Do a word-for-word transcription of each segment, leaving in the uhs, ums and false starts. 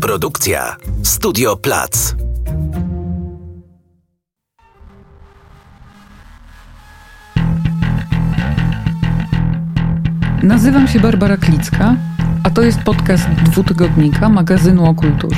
Produkcja Studio Plac. Nazywam się Barbara Klicka, a to jest podcast dwutygodnika magazynu o kulturze.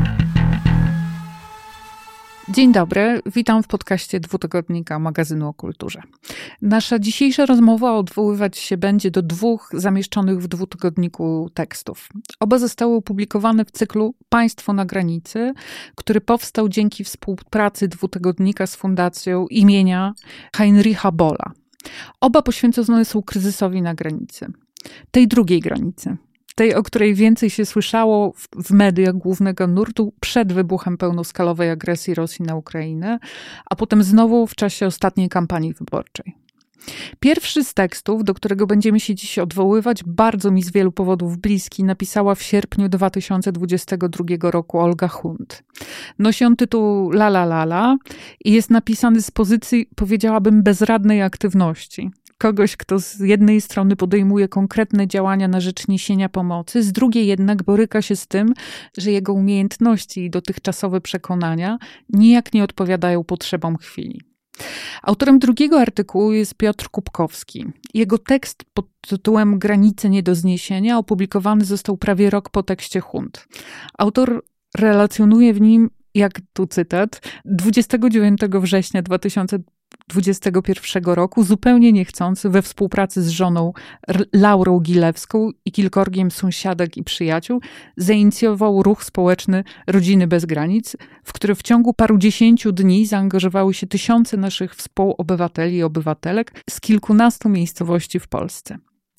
Dzień dobry, witam w podcaście dwutygodnika magazynu o kulturze. Nasza dzisiejsza rozmowa odwoływać się będzie do dwóch zamieszczonych w dwutygodniku tekstów. Oba zostały opublikowane w cyklu Państwo na granicy, który powstał dzięki współpracy dwutygodnika z Fundacją imienia Heinricha Bolla. Oba poświęcone są kryzysowi na granicy. Tej drugiej granicy. Tej, o której więcej się słyszało w, w mediach głównego nurtu przed wybuchem pełnoskalowej agresji Rosji na Ukrainę, a potem znowu w czasie ostatniej kampanii wyborczej. Pierwszy z tekstów, do którego będziemy się dziś odwoływać, bardzo mi z wielu powodów bliski, napisała w sierpniu dwa tysiące dwudziestego drugiego roku Olga Hunt. Nosi on tytuł La La La La i jest napisany z pozycji, powiedziałabym, bezradnej aktywności. Kogoś, kto z jednej strony podejmuje konkretne działania na rzecz niesienia pomocy, z drugiej jednak boryka się z tym, że jego umiejętności i dotychczasowe przekonania nijak nie odpowiadają potrzebom chwili. Autorem drugiego artykułu jest Piotr Kubkowski. Jego tekst pod tytułem Granice nie do zniesienia opublikowany został prawie rok po tekście Hunt. Autor relacjonuje w nim, jak tu cytat, dwudziestego dziewiątego września dwa tysiące dwudziestego pierwszego roku, zupełnie niechcący, we współpracy z żoną Laurą Gilewską i kilkorgiem sąsiadek i przyjaciół, zainicjował ruch społeczny Rodziny bez granic, w który w ciągu parudziesięciu dni zaangażowały się tysiące naszych współobywateli i obywatelek z kilkunastu miejscowości w Polsce.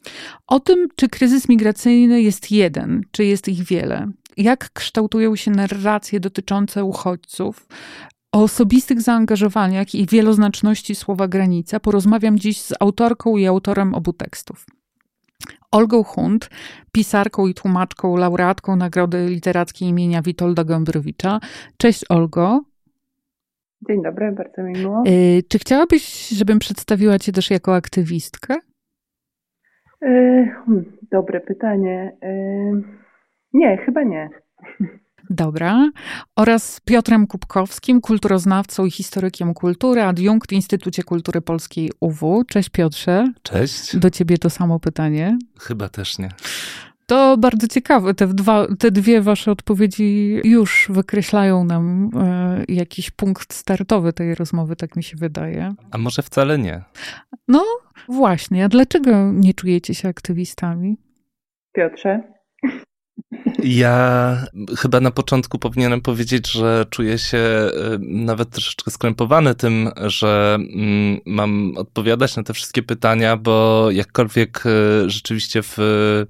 O tym, czy kryzys migracyjny jest jeden, czy jest ich wiele, jak kształtują się narracje dotyczące uchodźców, o osobistych zaangażowaniach i wieloznaczności słowa granica porozmawiam dziś z autorką i autorem obu tekstów. Olgą Hunt, pisarką i tłumaczką, laureatką Nagrody Literackiej imienia Witolda Gombrowicza. Cześć, Olgo. Dzień dobry, bardzo mi miło. Yy, czy chciałabyś, żebym przedstawiła cię też jako aktywistkę? Yy, dobre pytanie. Yy, nie, chyba nie. Dobra. Oraz Piotrem Kubkowskim, kulturoznawcą i historykiem kultury, adiunkt w Instytucie Kultury Polskiej U W. Cześć, Piotrze. Cześć. Do ciebie to samo pytanie. Chyba też nie. To bardzo ciekawe. Te, dwa, te dwie wasze odpowiedzi już wykreślają nam e, jakiś punkt startowy tej rozmowy, tak mi się wydaje. A może wcale nie? No właśnie. A dlaczego nie czujecie się aktywistami? Piotrze? Ja chyba na początku powinienem powiedzieć, że czuję się nawet troszeczkę skrępowany tym, że mam odpowiadać na te wszystkie pytania, bo jakkolwiek rzeczywiście w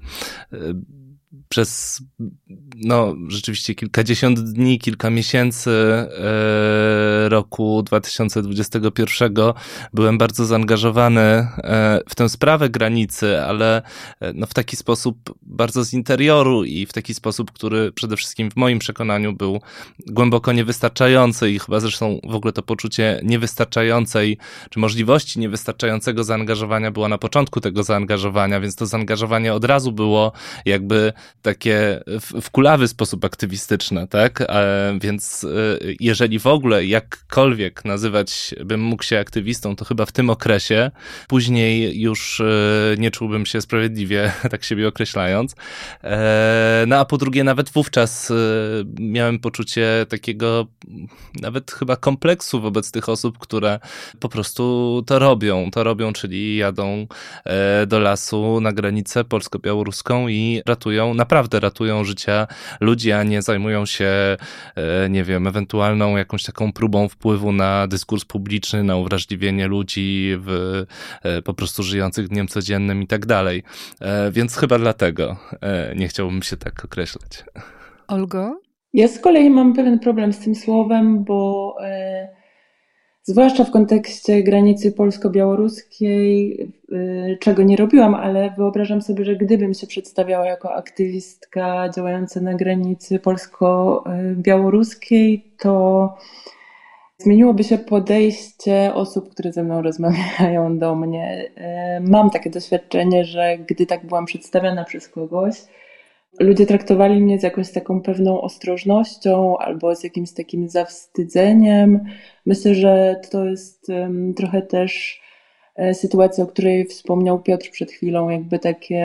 przez no rzeczywiście kilkadziesiąt dni, kilka miesięcy e, roku dwa tysiące dwudziestego pierwszego byłem bardzo zaangażowany e, w tę sprawę granicy, ale e, no w taki sposób bardzo z interioru i w taki sposób, który przede wszystkim w moim przekonaniu był głęboko niewystarczający i chyba zresztą w ogóle to poczucie niewystarczającej, czy możliwości niewystarczającego zaangażowania było na początku tego zaangażowania, więc to zaangażowanie od razu było jakby takie w, w kulawy sposób aktywistyczne, tak? E, więc e, jeżeli w ogóle jakkolwiek nazywać bym mógł się aktywistą, to chyba w tym okresie. Później już e, nie czułbym się sprawiedliwie, tak siebie określając. E, no a po drugie nawet wówczas e, miałem poczucie takiego nawet chyba kompleksu wobec tych osób, które po prostu to robią. To robią, czyli jadą e, do lasu na granicę polsko-białoruską i ratują, naprawdę ratują życia ludzi, a nie zajmują się, nie wiem, ewentualną jakąś taką próbą wpływu na dyskurs publiczny, na uwrażliwienie ludzi w, po prostu żyjących dniem codziennym i tak dalej. Więc chyba dlatego nie chciałbym się tak określać. Olgo? Ja z kolei mam pewien problem z tym słowem, bo e, zwłaszcza w kontekście granicy polsko-białoruskiej, e, czego nie robiłam, ale wyobrażam sobie, że gdybym się przedstawiała jako aktywistka działająca na granicy polsko-białoruskiej, to zmieniłoby się podejście osób, które ze mną rozmawiają do mnie. E, mam takie doświadczenie, że gdy tak byłam przedstawiana przez kogoś, ludzie traktowali mnie z jakąś taką pewną ostrożnością albo z jakimś takim zawstydzeniem. Myślę, że to jest um, trochę też e, sytuacja, o której wspomniał Piotr przed chwilą, jakby takie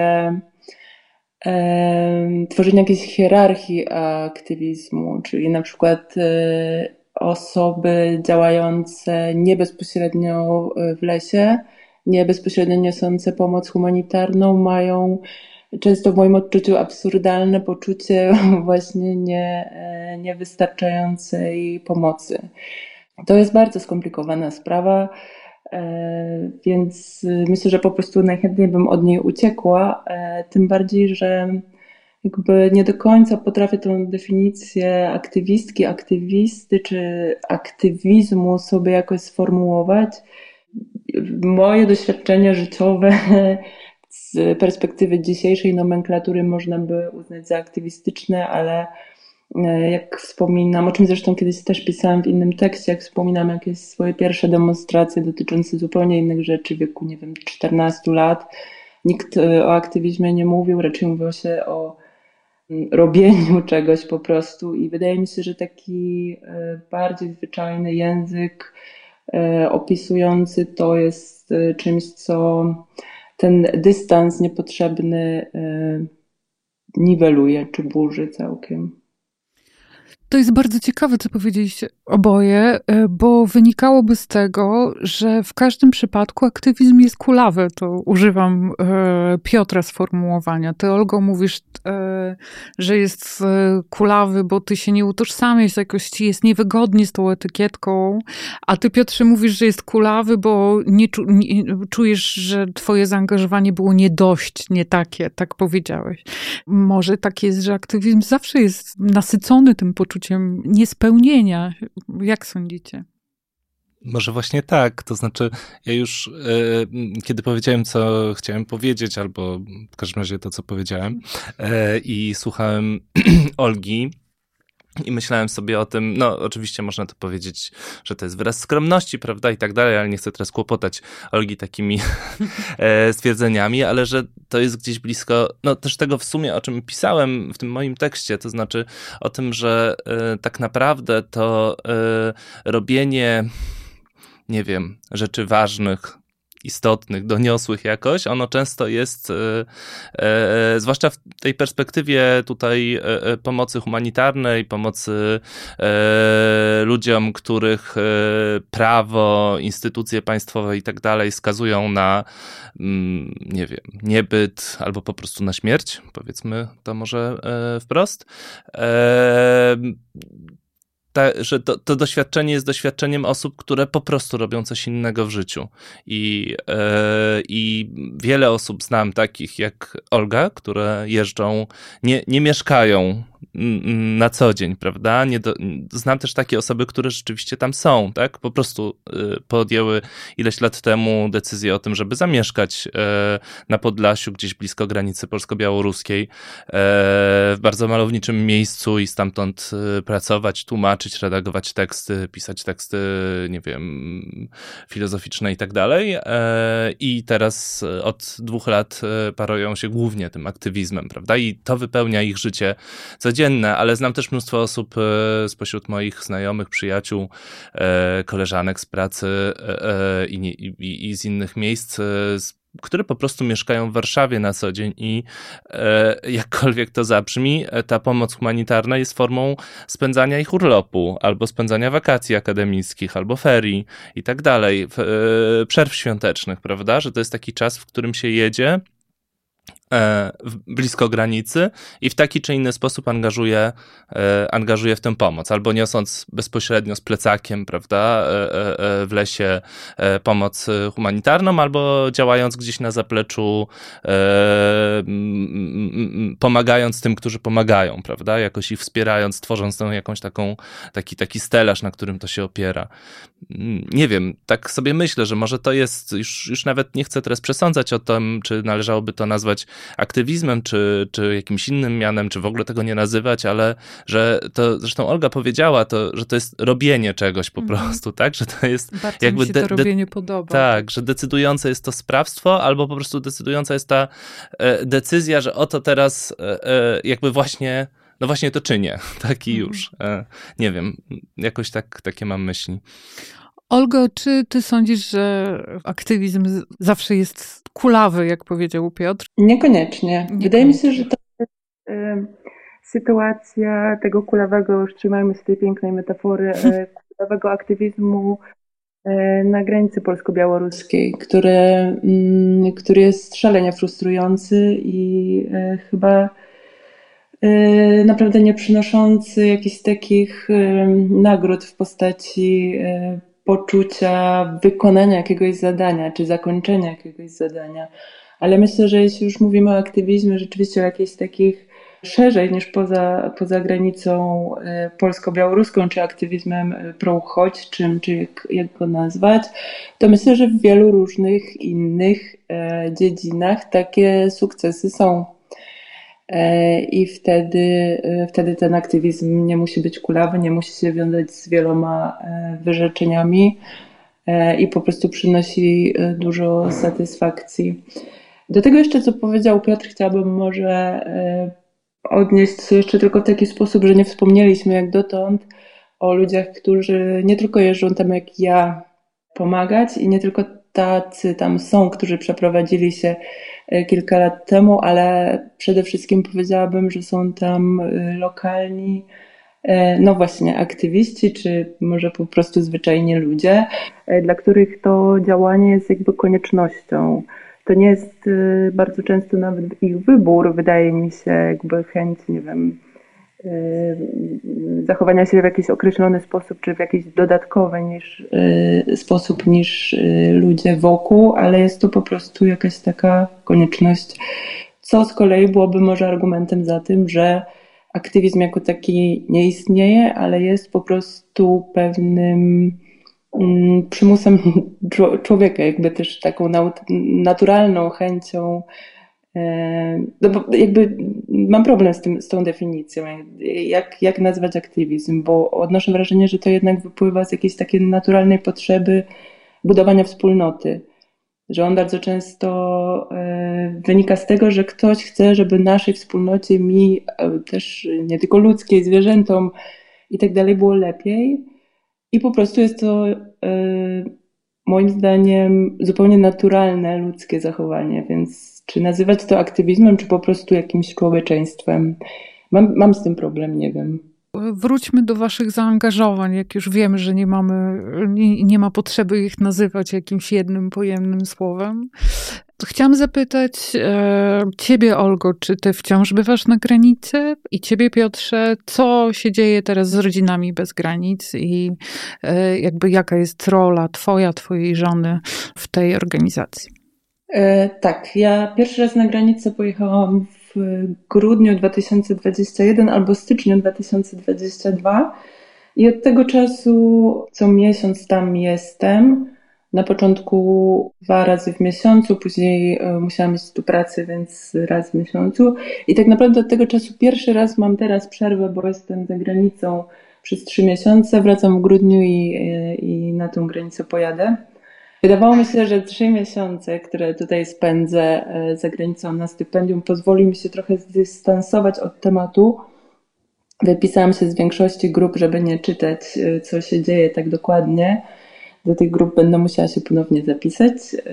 e, tworzenie jakiejś hierarchii aktywizmu, czyli na przykład e, osoby działające nie bezpośrednio w lesie, nie bezpośrednio niosące pomoc humanitarną mają często w moim odczuciu absurdalne poczucie właśnie nie, niewystarczającej pomocy. To jest bardzo skomplikowana sprawa, więc myślę, że po prostu najchętniej bym od niej uciekła, tym bardziej, że jakby nie do końca potrafię tę definicję aktywistki, aktywisty czy aktywizmu sobie jakoś sformułować. Moje doświadczenia życiowe z perspektywy dzisiejszej nomenklatury można by uznać za aktywistyczne, ale jak wspominam, o czym zresztą kiedyś też pisałam w innym tekście, jak wspominam jakieś swoje pierwsze demonstracje dotyczące zupełnie innych rzeczy w wieku, nie wiem, czternastu lat, nikt o aktywizmie nie mówił, raczej mówiło się o robieniu czegoś po prostu i wydaje mi się, że taki bardziej zwyczajny język opisujący to jest czymś, co ten dystans niepotrzebny niweluje czy burzy całkiem. To jest bardzo ciekawe, co powiedzieliście oboje, bo wynikałoby z tego, że w każdym przypadku aktywizm jest kulawy. To używam e, Piotra sformułowania. Ty, Olgo, mówisz, e, że jest e, kulawy, bo ty się nie utożsamiasz, jakoś ci jest niewygodnie z tą etykietką, a ty, Piotrze, mówisz, że jest kulawy, bo nie, czu, nie czujesz, że twoje zaangażowanie było nie dość, nie takie, tak powiedziałeś. Może tak jest, że aktywizm zawsze jest nasycony tym poczuciem niespełnienia. Jak sądzicie? Może właśnie tak, to znaczy ja już e, kiedy powiedziałem, co chciałem powiedzieć, albo w każdym razie to, co powiedziałem e, i słuchałem Olgi i myślałem sobie o tym, no oczywiście można to powiedzieć, że to jest wyraz skromności, prawda, i tak dalej, ale nie chcę teraz kłopotać Olgi takimi e, stwierdzeniami, ale że to jest gdzieś blisko, no też tego w sumie, o czym pisałem w tym moim tekście, to znaczy o tym, że e, tak naprawdę to e, robienie, nie wiem, rzeczy ważnych, istotnych, doniosłych jakoś, ono często jest, e, e, zwłaszcza w tej perspektywie tutaj e, pomocy humanitarnej, pomocy e, ludziom, których e, prawo, instytucje państwowe i tak dalej skazują na, mm, nie wiem, niebyt albo po prostu na śmierć, powiedzmy to może e, wprost. E, Ta, że to, to doświadczenie jest doświadczeniem osób, które po prostu robią coś innego w życiu. I, yy, i wiele osób znam takich jak Olga, które jeżdżą, nie, nie mieszkają na co dzień, prawda? Nie do, znam też takie osoby, które rzeczywiście tam są, tak? Po prostu y, podjęły ileś lat temu decyzję o tym, żeby zamieszkać y, na Podlasiu, gdzieś blisko granicy polsko-białoruskiej, y, w bardzo malowniczym miejscu i stamtąd y, pracować, tłumaczyć, redagować teksty, pisać teksty, nie wiem, filozoficzne i tak dalej. Y, I teraz od dwóch lat y, parują się głównie tym aktywizmem, prawda? I to wypełnia ich życie codzienne, ale znam też mnóstwo osób e, spośród moich znajomych, przyjaciół, e, koleżanek z pracy e, i, i, i z innych miejsc, e, z, które po prostu mieszkają w Warszawie na co dzień i e, jakkolwiek to zabrzmi, ta pomoc humanitarna jest formą spędzania ich urlopu, albo spędzania wakacji akademickich, albo ferii i tak dalej, e, przerw świątecznych, prawda, że to jest taki czas, w którym się jedzie blisko granicy i w taki czy inny sposób angażuje, angażuje w tę pomoc, albo niosąc bezpośrednio z plecakiem, prawda, w lesie pomoc humanitarną, albo działając gdzieś na zapleczu, pomagając tym, którzy pomagają, prawda, jakoś ich wspierając, tworząc tą jakąś taką, taki, taki stelaż, na którym to się opiera. Nie wiem, tak sobie myślę, że może to jest, już, już nawet nie chcę teraz przesądzać o tym, czy należałoby to nazwać aktywizmem, czy, czy jakimś innym mianem, czy w ogóle tego nie nazywać, ale że to, zresztą Olga powiedziała to, że to jest robienie czegoś po Mhm. prostu, tak? Że to jest Bardzo jakby mi się to de- de- robienie podoba. Tak, że decydujące jest to sprawstwo, albo po prostu decydująca jest ta e, decyzja, że oto teraz e, e, jakby właśnie, no właśnie to czynię, tak i Mhm. już. E, nie wiem, jakoś tak, takie mam myśli. Olgo, czy ty sądzisz, że aktywizm z- zawsze jest kulawy, jak powiedział Piotr? Niekoniecznie. Wydaje mi się, że to jest y, sytuacja tego kulawego, już trzymajmy się tej pięknej metafory, y, kulawego aktywizmu y, na granicy polsko-białoruskiej, który, y, który jest szalenie frustrujący i y, chyba y, naprawdę nie przynoszący jakichś takich y, nagród w postaci y, poczucia wykonania jakiegoś zadania, czy zakończenia jakiegoś zadania. Ale myślę, że jeśli już mówimy o aktywizmie, rzeczywiście o jakichś takich szerzej niż poza, poza granicą y, polsko-białoruską, czy aktywizmem y, pro-uchodźczym, czym, czy jak, jak go nazwać, to myślę, że w wielu różnych innych e, dziedzinach takie sukcesy są. E, I wtedy, e, wtedy ten aktywizm nie musi być kulawy, nie musi się wiązać z wieloma e, wyrzeczeniami e, i po prostu przynosi e, dużo satysfakcji. Do tego jeszcze, co powiedział Piotr, chciałabym może e, odnieść się jeszcze tylko w taki sposób, że nie wspomnieliśmy jak dotąd o ludziach, którzy nie tylko jeżdżą tam jak ja pomagać i nie tylko tacy tam są, którzy przeprowadzili się e, kilka lat temu, ale przede wszystkim powiedziałabym, że są tam e, lokalni, e, no właśnie, aktywiści, czy może po prostu zwyczajnie ludzie, e, dla których to działanie jest jakby koniecznością. To nie jest e, bardzo często nawet ich wybór, wydaje mi się, jakby chęć, nie wiem, zachowania się w jakiś określony sposób, czy w jakiś dodatkowy niż, y, sposób niż y, ludzie wokół, ale jest to po prostu jakaś taka konieczność, co z kolei byłoby może argumentem za tym, że aktywizm jako taki nie istnieje, ale jest po prostu pewnym mm, przymusem człowieka, jakby też taką naturalną chęcią. No bo jakby mam problem z tym, z tą definicją, jak, jak nazwać aktywizm, bo odnoszę wrażenie, że to jednak wypływa z jakiejś takiej naturalnej potrzeby budowania wspólnoty, że on bardzo często e, wynika z tego, że ktoś chce, żeby naszej wspólnocie, mi e, też nie tylko ludzkiej, zwierzętom i tak dalej było lepiej i po prostu jest to e, moim zdaniem zupełnie naturalne ludzkie zachowanie, więc czy nazywać to aktywizmem, czy po prostu jakimś człowieczeństwem? Mam, mam z tym problem, nie wiem. Wróćmy do waszych zaangażowań, jak już wiemy, że nie mamy, nie, nie ma potrzeby ich nazywać jakimś jednym pojemnym słowem. Chciałam zapytać e, ciebie, Olgo, czy ty wciąż bywasz na granicy? I ciebie, Piotrze, co się dzieje teraz z rodzinami bez granic i e, jakby jaka jest rola twoja, twojej żony w tej organizacji? E, tak, ja pierwszy raz na granicę pojechałam w grudniu dwa tysiące dwudziestym pierwszym albo styczniu dwa tysiące dwudziestym drugim i od tego czasu co miesiąc tam jestem. Na początku dwa razy w miesiącu, później musiałam mieć tu pracę, więc raz w miesiącu. I tak naprawdę od tego czasu pierwszy raz mam teraz przerwę, bo jestem za granicą przez trzy miesiące. Wracam w grudniu i, i na tą granicę pojadę. Wydawało mi się, że trzy miesiące, które tutaj spędzę za granicą na stypendium, pozwoli mi się trochę zdystansować od tematu. Wypisałam się z większości grup, żeby nie czytać, co się dzieje tak dokładnie. Do tych grup będę musiała się ponownie zapisać,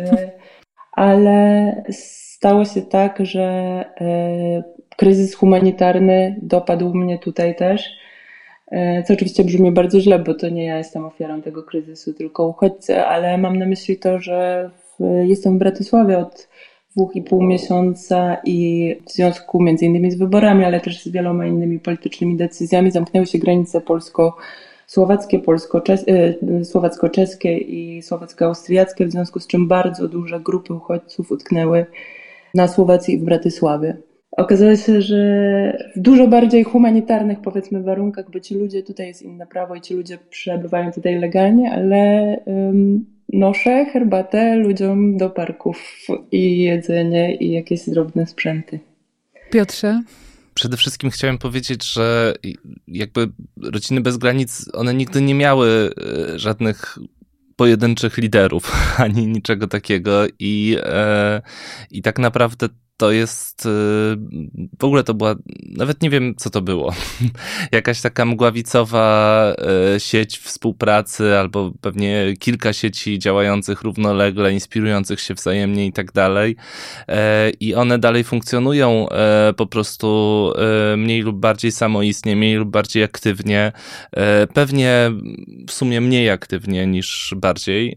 ale stało się tak, że kryzys humanitarny dopadł mnie tutaj też, co oczywiście brzmi bardzo źle, bo to nie ja jestem ofiarą tego kryzysu, tylko uchodźcy, ale mam na myśli to, że w, jestem w Bratysławie od dwóch i pół miesiąca i w związku między innymi z wyborami, ale też z wieloma innymi politycznymi decyzjami zamknęły się granice polsko Słowackie, polsko-czes- słowacko-czeskie i słowacko-austriackie, w związku z czym bardzo duże grupy uchodźców utknęły na Słowacji i w Bratysławie. Okazało się, że w dużo bardziej humanitarnych, powiedzmy, warunkach, bo ci ludzie, tutaj jest inne prawo i ci ludzie przebywają tutaj legalnie, ale um, noszę herbatę ludziom do parków i jedzenie i jakieś drobne sprzęty. Piotrze? Przede wszystkim chciałem powiedzieć, że jakby Rodziny Bez Granic, one nigdy nie miały żadnych pojedynczych liderów, ani niczego takiego i, e, i tak naprawdę to jest, w ogóle to była, nawet nie wiem co to było, jakaś taka mgławicowa sieć współpracy albo pewnie kilka sieci działających równolegle, inspirujących się wzajemnie i tak dalej. I one dalej funkcjonują po prostu mniej lub bardziej samoistnie, mniej lub bardziej aktywnie, pewnie w sumie mniej aktywnie niż bardziej.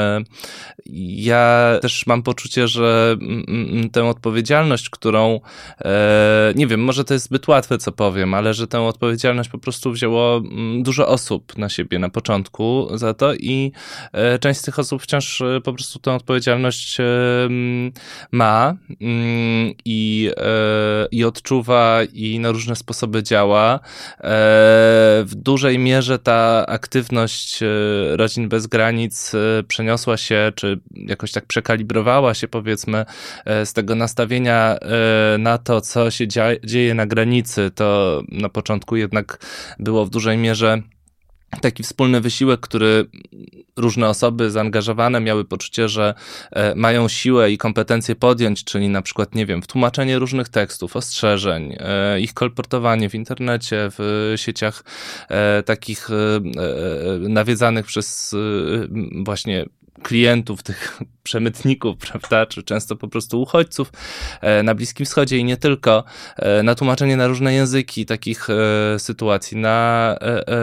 Ja też mam poczucie, że tę odpowiedzialność, którą, e, nie wiem, może to jest zbyt łatwe, co powiem, ale że tę odpowiedzialność po prostu wzięło dużo osób na siebie na początku za to i e, część z tych osób wciąż po prostu tę odpowiedzialność e, ma mm, i, e, i odczuwa i na różne sposoby działa. E, w dużej mierze ta aktywność Rodzin Bez Granic przeniosła się, czy jakoś tak przekalibrowała się, powiedzmy, z tego nastawienia na to, co się dzieje na granicy. To na początku jednak było w dużej mierze taki wspólny wysiłek, który różne osoby zaangażowane miały poczucie, że mają siłę i kompetencje podjąć, czyli na przykład, nie wiem, w tłumaczenie różnych tekstów, ostrzeżeń, ich kolportowanie w internecie, w sieciach takich nawiedzanych przez właśnie klientów, tych przemytników, prawda, czy często po prostu uchodźców na Bliskim Wschodzie i nie tylko, na tłumaczenie na różne języki takich sytuacji, na,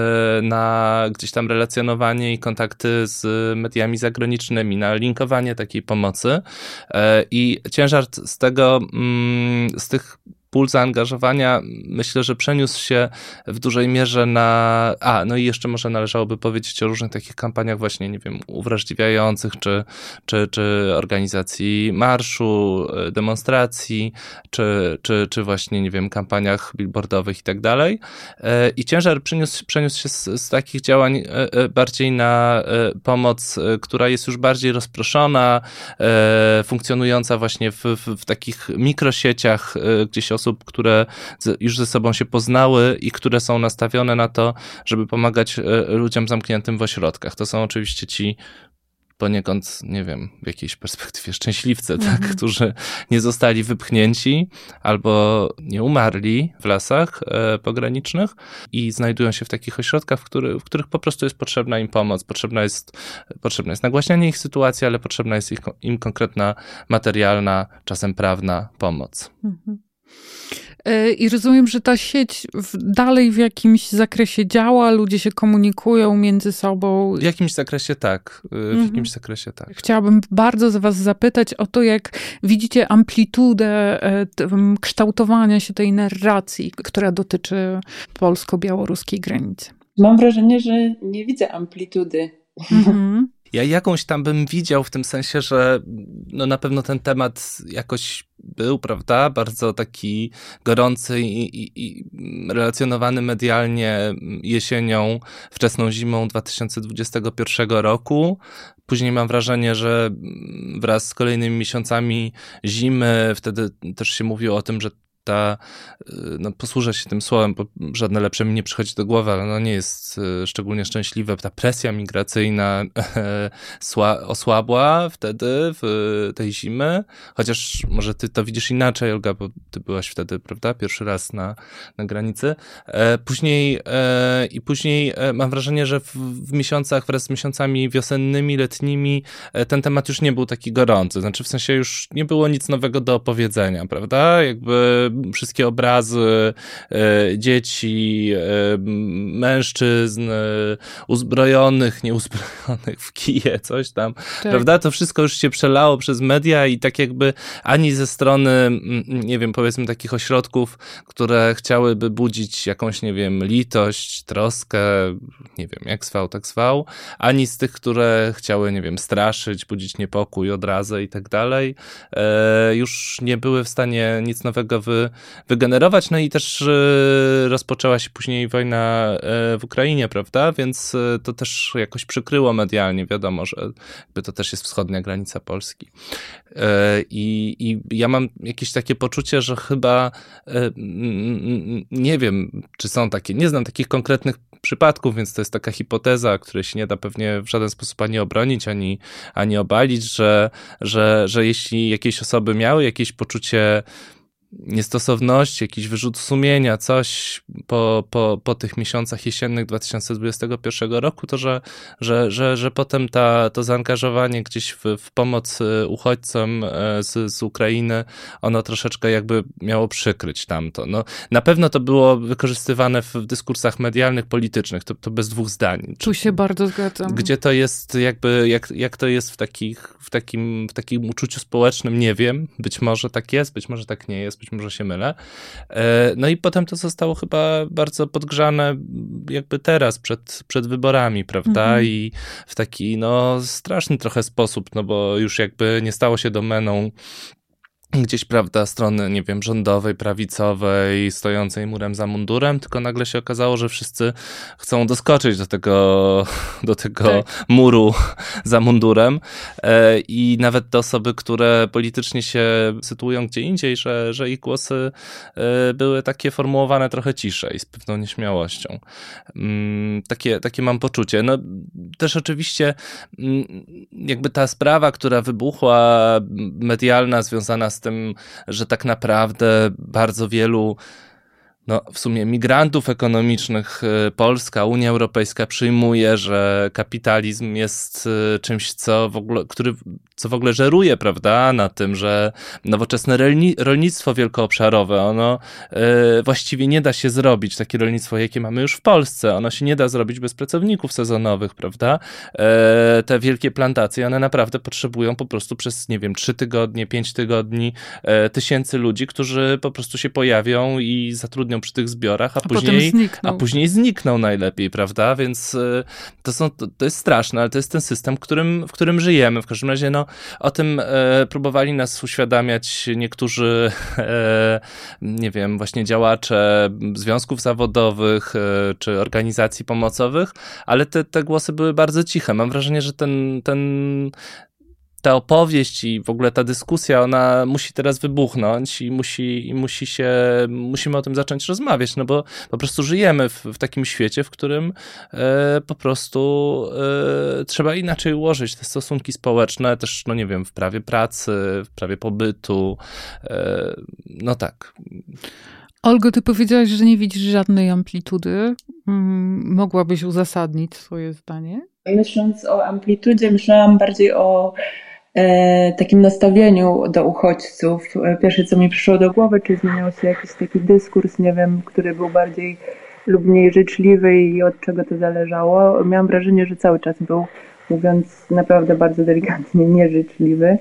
na gdzieś tam relacjonowanie i kontakty z mediami zagranicznymi, na linkowanie takiej pomocy i ciężar z tego, z tych pól zaangażowania, myślę, że przeniósł się w dużej mierze na... A, no i jeszcze może należałoby powiedzieć o różnych takich kampaniach właśnie, nie wiem, uwrażliwiających, czy, czy, czy organizacji marszu, demonstracji, czy, czy, czy właśnie, nie wiem, kampaniach billboardowych i tak dalej. I ciężar przeniósł, przeniósł się z, z takich działań bardziej na pomoc, która jest już bardziej rozproszona, funkcjonująca właśnie w, w, w takich mikrosieciach, gdzieś osób, które już ze sobą się poznały i które są nastawione na to, żeby pomagać ludziom zamkniętym w ośrodkach. To są oczywiście ci poniekąd, nie wiem, w jakiejś perspektywie szczęśliwcy, mhm. tak, którzy nie zostali wypchnięci albo nie umarli w lasach e, pogranicznych i znajdują się w takich ośrodkach, w, który, w których po prostu jest potrzebna im pomoc, potrzebna jest, potrzebne jest nagłaśnianie ich sytuacji, ale potrzebna jest ich, im konkretna materialna, czasem prawna pomoc. Mhm. I rozumiem, że ta sieć w, dalej w jakimś zakresie działa, ludzie się komunikują między sobą. W jakimś zakresie tak. W mhm. jakimś zakresie tak. Chciałabym bardzo was zapytać o to, jak widzicie amplitudę kształtowania się tej narracji, która dotyczy polsko-białoruskiej granicy. Mam wrażenie, że nie widzę amplitudy. Mhm. Ja jakąś tam bym widział w tym sensie, że no na pewno ten temat jakoś był, prawda, bardzo taki gorący i, i, i relacjonowany medialnie jesienią, wczesną zimą dwa tysiące dwudziestego pierwszego roku. Później mam wrażenie, że wraz z kolejnymi miesiącami zimy, wtedy też się mówiło o tym, że ta, no posłużę się tym słowem, bo żadne lepsze mi nie przychodzi do głowy, ale no nie jest szczególnie szczęśliwe. Ta presja migracyjna e, sła, osłabła wtedy, w tej zimy, chociaż może ty to widzisz inaczej, Olga, bo ty byłaś wtedy, prawda, pierwszy raz na, na granicy. E, później e, i później e, mam wrażenie, że w, w miesiącach, wraz z miesiącami wiosennymi, letnimi, e, ten temat już nie był taki gorący. Znaczy w sensie już nie było nic nowego do opowiedzenia, prawda? Jakby wszystkie obrazy e, dzieci, e, mężczyzn, e, uzbrojonych, nieuzbrojonych w kije, coś tam, tak. Prawda? To wszystko już się przelało przez media i tak jakby ani ze strony, nie wiem, powiedzmy takich ośrodków, które chciałyby budzić jakąś, nie wiem, litość, troskę, nie wiem, jak zwał, tak zwał, ani z tych, które chciały, nie wiem, straszyć, budzić niepokój, odrazę i tak dalej, e, już nie były w stanie nic nowego wy wygenerować. No i też rozpoczęła się później wojna w Ukrainie, prawda? Więc to też jakoś przykryło medialnie. Wiadomo, że to też jest wschodnia granica Polski. I, i ja mam jakieś takie poczucie, że chyba nie wiem, czy są takie, nie znam takich konkretnych przypadków, więc to jest taka hipoteza, której się nie da pewnie w żaden sposób ani obronić, ani, ani obalić, że, że, że jeśli jakieś osoby miały jakieś poczucie niestosowności, jakiś wyrzut sumienia, coś po, po, po tych miesiącach jesiennych dwa tysiące dwudziestego pierwszego roku, to że, że, że, że potem ta, to zaangażowanie gdzieś w, w pomoc uchodźcom z, z Ukrainy, ono troszeczkę jakby miało przykryć tamto. No, na pewno to było wykorzystywane w dyskursach medialnych, politycznych, to, to bez dwóch zdań. Tu się bardzo zgadzam. Gdzie to jest jakby, jak, jak to jest w, takich, w, takim, w takim uczuciu społecznym, nie wiem. Być może tak jest, być może tak nie jest, być może się mylę. No i potem to zostało chyba bardzo podgrzane jakby teraz, przed, przed wyborami, prawda? Mhm. I w taki no straszny trochę sposób, no bo już jakby nie stało się domeną gdzieś, prawda, strony, nie wiem, rządowej, prawicowej, stojącej murem za mundurem, tylko nagle się okazało, że wszyscy chcą doskoczyć do tego, do tego tak. muru za mundurem i nawet te osoby, które politycznie się sytuują gdzie indziej, że, że ich głosy były takie formułowane trochę ciszej, z pewną nieśmiałością. Takie, takie mam poczucie. No też oczywiście jakby ta sprawa, która wybuchła, medialna, związana z z tym, że tak naprawdę bardzo wielu no, w sumie migrantów ekonomicznych Polska, Unia Europejska przyjmuje, że kapitalizm jest czymś, co w ogóle, który, co w ogóle żeruje, prawda, na tym, że nowoczesne rolnictwo wielkoobszarowe, ono y, właściwie nie da się zrobić, takie rolnictwo, jakie mamy już w Polsce, ono się nie da zrobić bez pracowników sezonowych, prawda, y, te wielkie plantacje, one naprawdę potrzebują po prostu przez, nie wiem, trzy tygodnie, pięć tygodni y, tysięcy ludzi, którzy po prostu się pojawią i zatrudnią przy tych zbiorach, a, a później a później znikną najlepiej, prawda? Więc y, to są, to, to jest straszne, ale to jest ten system, w którym, w którym żyjemy. W każdym razie, no, o tym y, próbowali nas uświadamiać niektórzy, y, nie wiem, właśnie działacze związków zawodowych y, czy organizacji pomocowych, ale te, te głosy były bardzo ciche. Mam wrażenie, że ten, ten ta opowieść i w ogóle ta dyskusja, ona musi teraz wybuchnąć i musi, i musi się, musimy o tym zacząć rozmawiać, no bo po prostu żyjemy w, w takim świecie, w którym e, po prostu e, trzeba inaczej ułożyć te stosunki społeczne, też, no nie wiem, w prawie pracy, w prawie pobytu, e, no tak. Olgo, ty powiedziałaś, że nie widzisz żadnej amplitudy. Mogłabyś uzasadnić swoje zdanie? Myśląc o amplitudzie, myślałam bardziej o e, takim nastawieniu do uchodźców. Pierwsze, co mi przyszło do głowy, czy zmieniał się jakiś taki dyskurs, nie wiem, który był bardziej lub mniej życzliwy i od czego to zależało. Miałam wrażenie, że cały czas był, mówiąc naprawdę bardzo delikatnie, nieżyczliwy.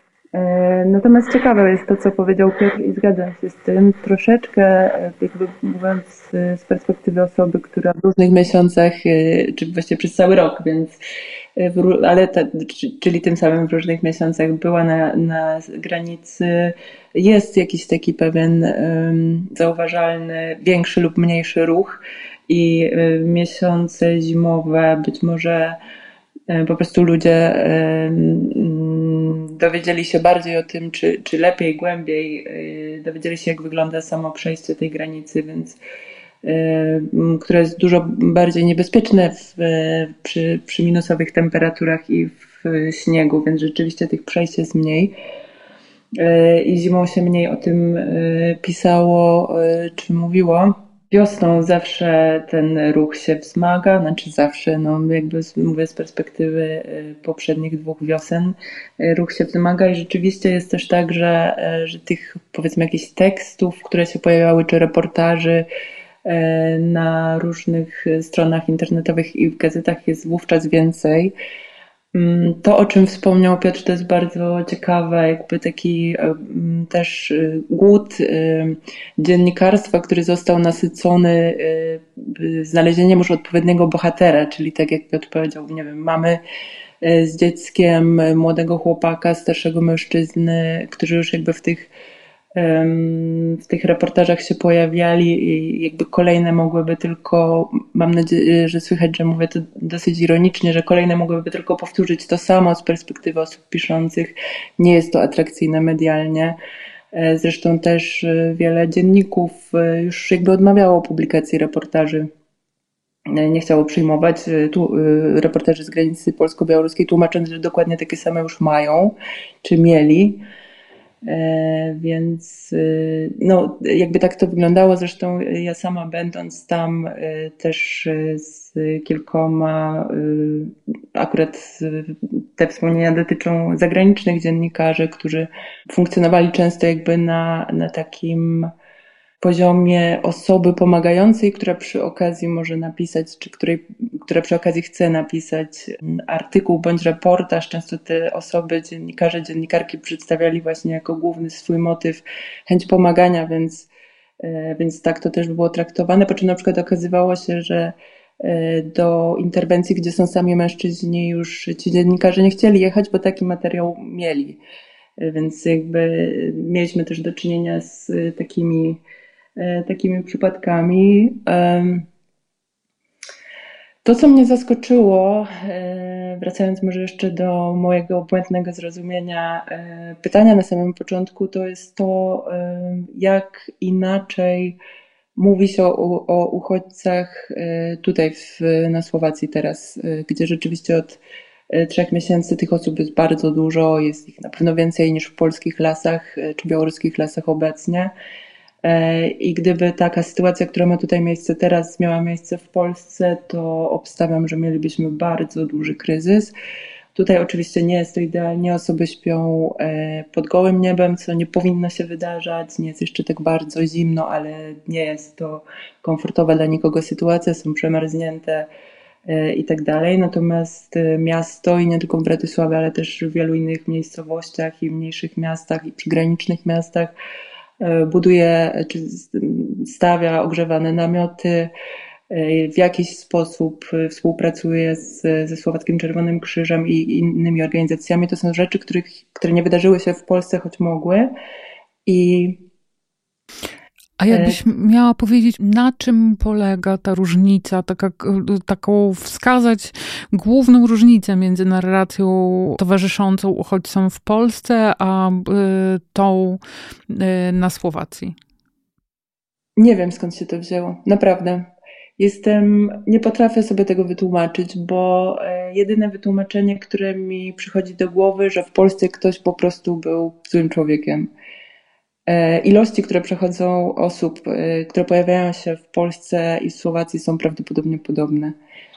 Natomiast ciekawe jest to, co powiedział Piotr i zgadzam się z tym. Troszeczkę, jakby mówiąc z perspektywy osoby, która w różnych miesiącach, czy właściwie przez cały rok, więc ale ta, czyli tym samym w różnych miesiącach była na, na granicy, jest jakiś taki pewien um, zauważalny, większy lub mniejszy ruch i um, miesiące zimowe być może po prostu ludzie dowiedzieli się bardziej o tym, czy, czy lepiej, głębiej, dowiedzieli się, jak wygląda samo przejście tej granicy, więc które jest dużo bardziej niebezpieczne w, przy, przy minusowych temperaturach i w śniegu, więc rzeczywiście tych przejść jest mniej. I zimą się mniej o tym pisało, czy mówiło. Wiosną zawsze ten ruch się wzmaga, znaczy zawsze, no jakby mówię z perspektywy poprzednich dwóch wiosen, ruch się wzmaga i rzeczywiście jest też tak, że, że tych powiedzmy jakichś tekstów, które się pojawiały, czy reportaży na różnych stronach internetowych i w gazetach jest wówczas więcej. To, o czym wspomniał Piotr, to jest bardzo ciekawe, jakby taki też głód dziennikarstwa, który został nasycony znalezieniem już odpowiedniego bohatera, czyli tak jak Piotr powiedział, nie wiem, mamy z dzieckiem młodego chłopaka, starszego mężczyzny, którzy już jakby w tych w tych reportażach się pojawiali i jakby kolejne mogłyby tylko, mam nadzieję, że słychać, że mówię to dosyć ironicznie, że kolejne mogłyby tylko powtórzyć to samo z perspektywy osób piszących. Nie jest to atrakcyjne medialnie. Zresztą też wiele dzienników już jakby odmawiało publikacji reportaży. Nie chciało przyjmować tu, reportaży z granicy polsko-białoruskiej, tłumacząc, że dokładnie takie same już mają, czy mieli. E, więc no, jakby tak to wyglądało. Zresztą ja sama będąc tam e, też z kilkoma, e, akurat te wspomnienia dotyczą zagranicznych dziennikarzy, którzy funkcjonowali często jakby na, na takim poziomie osoby pomagającej, która przy okazji może napisać, czy której, która przy okazji chce napisać artykuł bądź reportaż. Często te osoby, dziennikarze, dziennikarki przedstawiali właśnie jako główny swój motyw chęć pomagania, więc, więc tak to też było traktowane. Po czym na przykład okazywało się, że do interwencji, gdzie są sami mężczyźni, już ci dziennikarze nie chcieli jechać, bo taki materiał mieli. Więc jakby mieliśmy też do czynienia z takimi takimi przypadkami. To, co mnie zaskoczyło, wracając może jeszcze do mojego błędnego zrozumienia pytania na samym początku, to jest to, jak inaczej mówi się o, o uchodźcach tutaj w, na Słowacji teraz, gdzie rzeczywiście od trzech miesięcy tych osób jest bardzo dużo, jest ich na pewno więcej niż w polskich lasach czy białoruskich lasach obecnie. I gdyby taka sytuacja, która ma tutaj miejsce teraz, miała miejsce w Polsce, to obstawiam, że mielibyśmy bardzo duży kryzys. Tutaj oczywiście nie jest to idealnie, osoby śpią pod gołym niebem, co nie powinno się wydarzać, nie jest jeszcze tak bardzo zimno, ale nie jest to komfortowa dla nikogo sytuacja, są przemarznięte i tak dalej. Natomiast miasto, i nie tylko w Bratysławie, ale też w wielu innych miejscowościach i mniejszych miastach i przygranicznych miastach buduje czy stawia ogrzewane namioty, w jakiś sposób współpracuje z, ze Słowackim Czerwonym Krzyżem i innymi organizacjami. To są rzeczy, których, które nie wydarzyły się w Polsce, choć mogły. I A jakbyś miała powiedzieć, na czym polega ta różnica, taka, taką wskazać główną różnicę między narracją towarzyszącą uchodźcom w Polsce, a y, tą y, na Słowacji? Nie wiem, skąd się to wzięło. Naprawdę. Jestem, nie potrafię sobie tego wytłumaczyć, bo jedyne wytłumaczenie, które mi przychodzi do głowy, że w Polsce ktoś po prostu był złym człowiekiem. Ilości, które przechodzą osób, które pojawiają się w Polsce i w Słowacji, są prawdopodobnie podobne.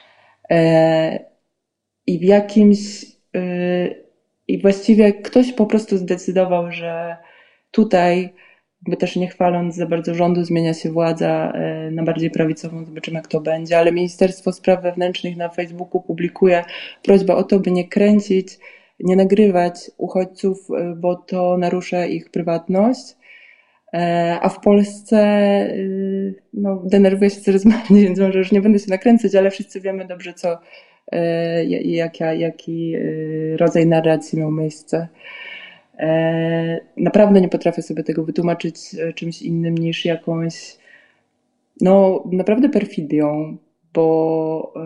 I w jakimś... I właściwie ktoś po prostu zdecydował, że tutaj, by też nie chwaląc za bardzo rządu, zmienia się władza na bardziej prawicową, zobaczymy jak to będzie, ale Ministerstwo Spraw Wewnętrznych na Facebooku publikuje prośbę o to, by nie kręcić, nie nagrywać uchodźców, bo to narusza ich prywatność. A w Polsce no, denerwuję się coraz bardziej, więc może już nie będę się nakręcać, ale wszyscy wiemy dobrze, co, jak, jaki rodzaj narracji miał miejsce. Naprawdę nie potrafię sobie tego wytłumaczyć czymś innym niż jakąś, no naprawdę perfidią, bo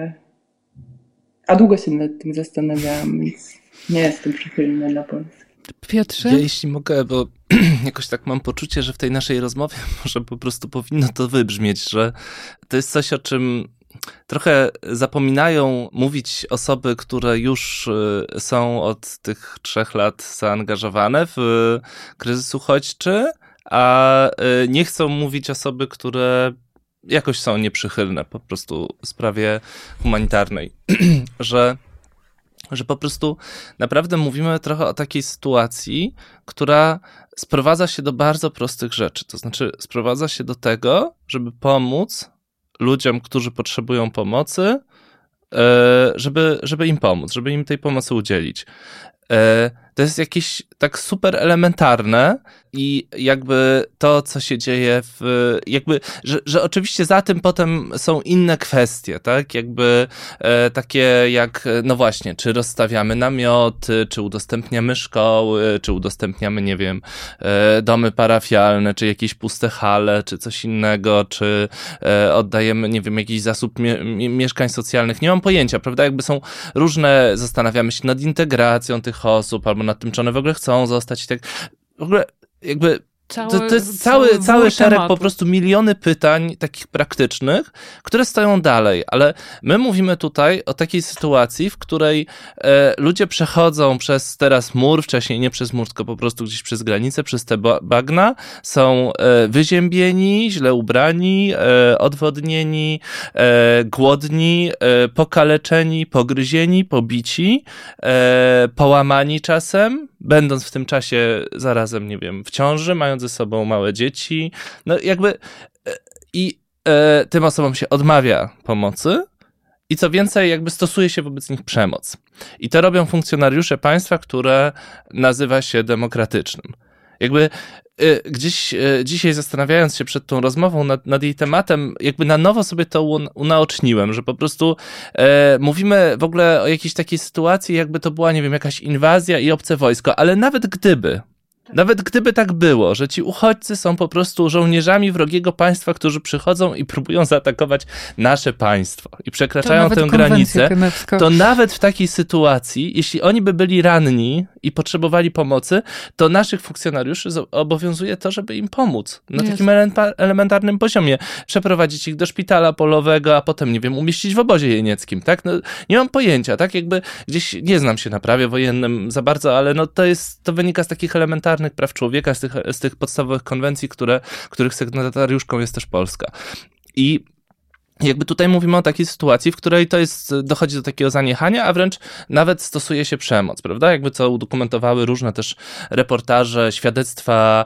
a długo się nad tym zastanawiałam, więc nie jestem przychylna dla Polski. Piotrze? Ja jeśli mogę, bo jakoś tak mam poczucie, że w tej naszej rozmowie może po prostu powinno to wybrzmieć, że to jest coś, o czym trochę zapominają mówić osoby, które już są od tych trzech lat zaangażowane w kryzys uchodźczy, a nie chcą mówić osoby, które jakoś są nieprzychylne po prostu sprawie humanitarnej, że że po prostu naprawdę mówimy trochę o takiej sytuacji, która sprowadza się do bardzo prostych rzeczy. To znaczy sprowadza się do tego, żeby pomóc ludziom, którzy potrzebują pomocy, żeby, żeby im pomóc, żeby im tej pomocy udzielić. to jest jakieś tak super elementarne i jakby to, co się dzieje w, jakby, że, że oczywiście za tym potem są inne kwestie, tak, jakby e, takie jak, no właśnie, czy rozstawiamy namioty, czy udostępniamy szkoły, czy udostępniamy, nie wiem, e, domy parafialne, czy jakieś puste hale, czy coś innego, czy e, oddajemy, nie wiem, jakiś zasób mie- mieszkań socjalnych, nie mam pojęcia, prawda, jakby są różne, zastanawiamy się nad integracją tych osób, albo nad tym, czy one w ogóle chcą zostać i tak, w ogóle jakby Cały, to, to jest cały, cały, cały szereg tematów. po prostu miliony pytań takich praktycznych, które stoją dalej, ale my mówimy tutaj o takiej sytuacji, w której e, ludzie przechodzą przez teraz mur, wcześniej nie przez mur, tylko po prostu gdzieś przez granicę, przez te bagna, są e, wyziębieni, źle ubrani, e, odwodnieni, e, głodni, e, pokaleczeni, pogryzieni, pobici, e, połamani czasem, będąc w tym czasie zarazem, nie wiem, w ciąży, mając ze sobą małe dzieci, no jakby i e, tym osobom się odmawia pomocy i co więcej, jakby stosuje się wobec nich przemoc. I to robią funkcjonariusze państwa, które nazywa się demokratycznym. Jakby y, gdzieś y, dzisiaj zastanawiając się przed tą rozmową nad, nad jej tematem, jakby na nowo sobie to un, unaoczniłem, że po prostu y, mówimy w ogóle o jakiejś takiej sytuacji, jakby to była, nie wiem, jakaś inwazja i obce wojsko, ale nawet gdyby, Nawet gdyby tak było, że ci uchodźcy są po prostu żołnierzami wrogiego państwa, którzy przychodzą i próbują zaatakować nasze państwo i przekraczają tę granicę, genewska. to nawet w takiej sytuacji, jeśli oni by byli ranni i potrzebowali pomocy, to naszych funkcjonariuszy obowiązuje to, żeby im pomóc na Jest. takim elementarnym poziomie. Przeprowadzić ich do szpitala polowego, a potem, nie wiem, umieścić w obozie jenieckim, tak? No, nie mam pojęcia, tak? Jakby gdzieś nie znam się na prawie wojennym za bardzo, ale no to jest, to wynika z takich elementarnych praw człowieka, z tych, z tych podstawowych konwencji, które, których sygnatariuszką jest też Polska. I jakby tutaj mówimy o takiej sytuacji, w której to jest, dochodzi do takiego zaniechania, a wręcz nawet stosuje się przemoc, prawda? Jakby co udokumentowały różne też reportaże, świadectwa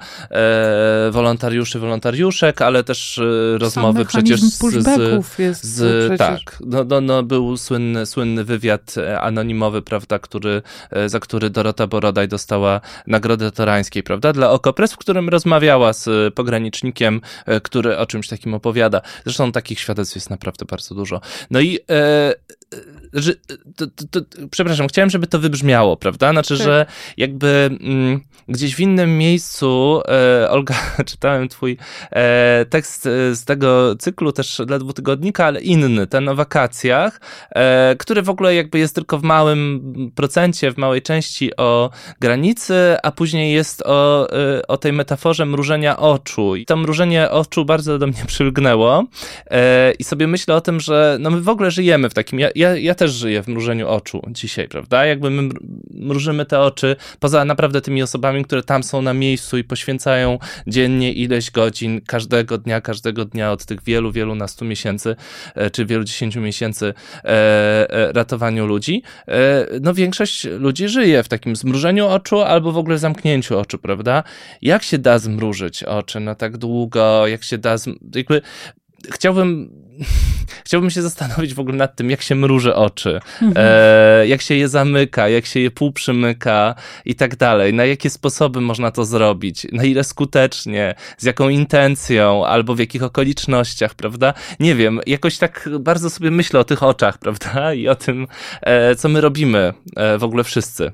e, wolontariuszy, wolontariuszek, ale też e, rozmowy przecież z... pushbacków jest z przecież. Tak, no, no, no był słynny, słynny wywiad anonimowy, prawda, który, za który Dorota Borodaj dostała Nagrodę Torańskiej, prawda, dla Okopres, w którym rozmawiała z pogranicznikiem, który o czymś takim opowiada. Zresztą takich świadectw jest naprawdę bardzo dużo. No i e, że, to, to, to, przepraszam, chciałem, żeby to wybrzmiało, prawda? Znaczy, tak. że jakby m, gdzieś w innym miejscu, e, Olga, czytałem twój e, tekst z tego cyklu też dla dwutygodnika, ale inny, ten o wakacjach, e, który w ogóle jakby jest tylko w małym procencie, w małej części o granicy, a później jest o, e, o tej metaforze mrużenia oczu. I to mrużenie oczu bardzo do mnie przylgnęło e, i sobie myślę o tym, że no my w ogóle żyjemy w takim, ja, ja, ja też żyję w mrużeniu oczu dzisiaj, prawda? Jakby my mrużymy te oczy poza naprawdę tymi osobami, które tam są na miejscu i poświęcają dziennie ileś godzin, każdego dnia, każdego dnia od tych wielu, wielu nastu miesięcy, czy wielu dziesięciu miesięcy e, e, ratowaniu ludzi. E, no większość ludzi żyje w takim zmrużeniu oczu albo w ogóle zamknięciu oczu, prawda? Jak się da zmrużyć oczy na tak długo, jak się da, zm- jakby Chciałbym, chciałbym się zastanowić w ogóle nad tym, jak się mruży oczy, mhm. e, jak się je zamyka, jak się je półprzymyka i tak dalej. Na jakie sposoby można to zrobić, na ile skutecznie, z jaką intencją, albo w jakich okolicznościach, prawda? Nie wiem, jakoś tak bardzo sobie myślę o tych oczach, prawda? I o tym, e, co my robimy e, w ogóle wszyscy.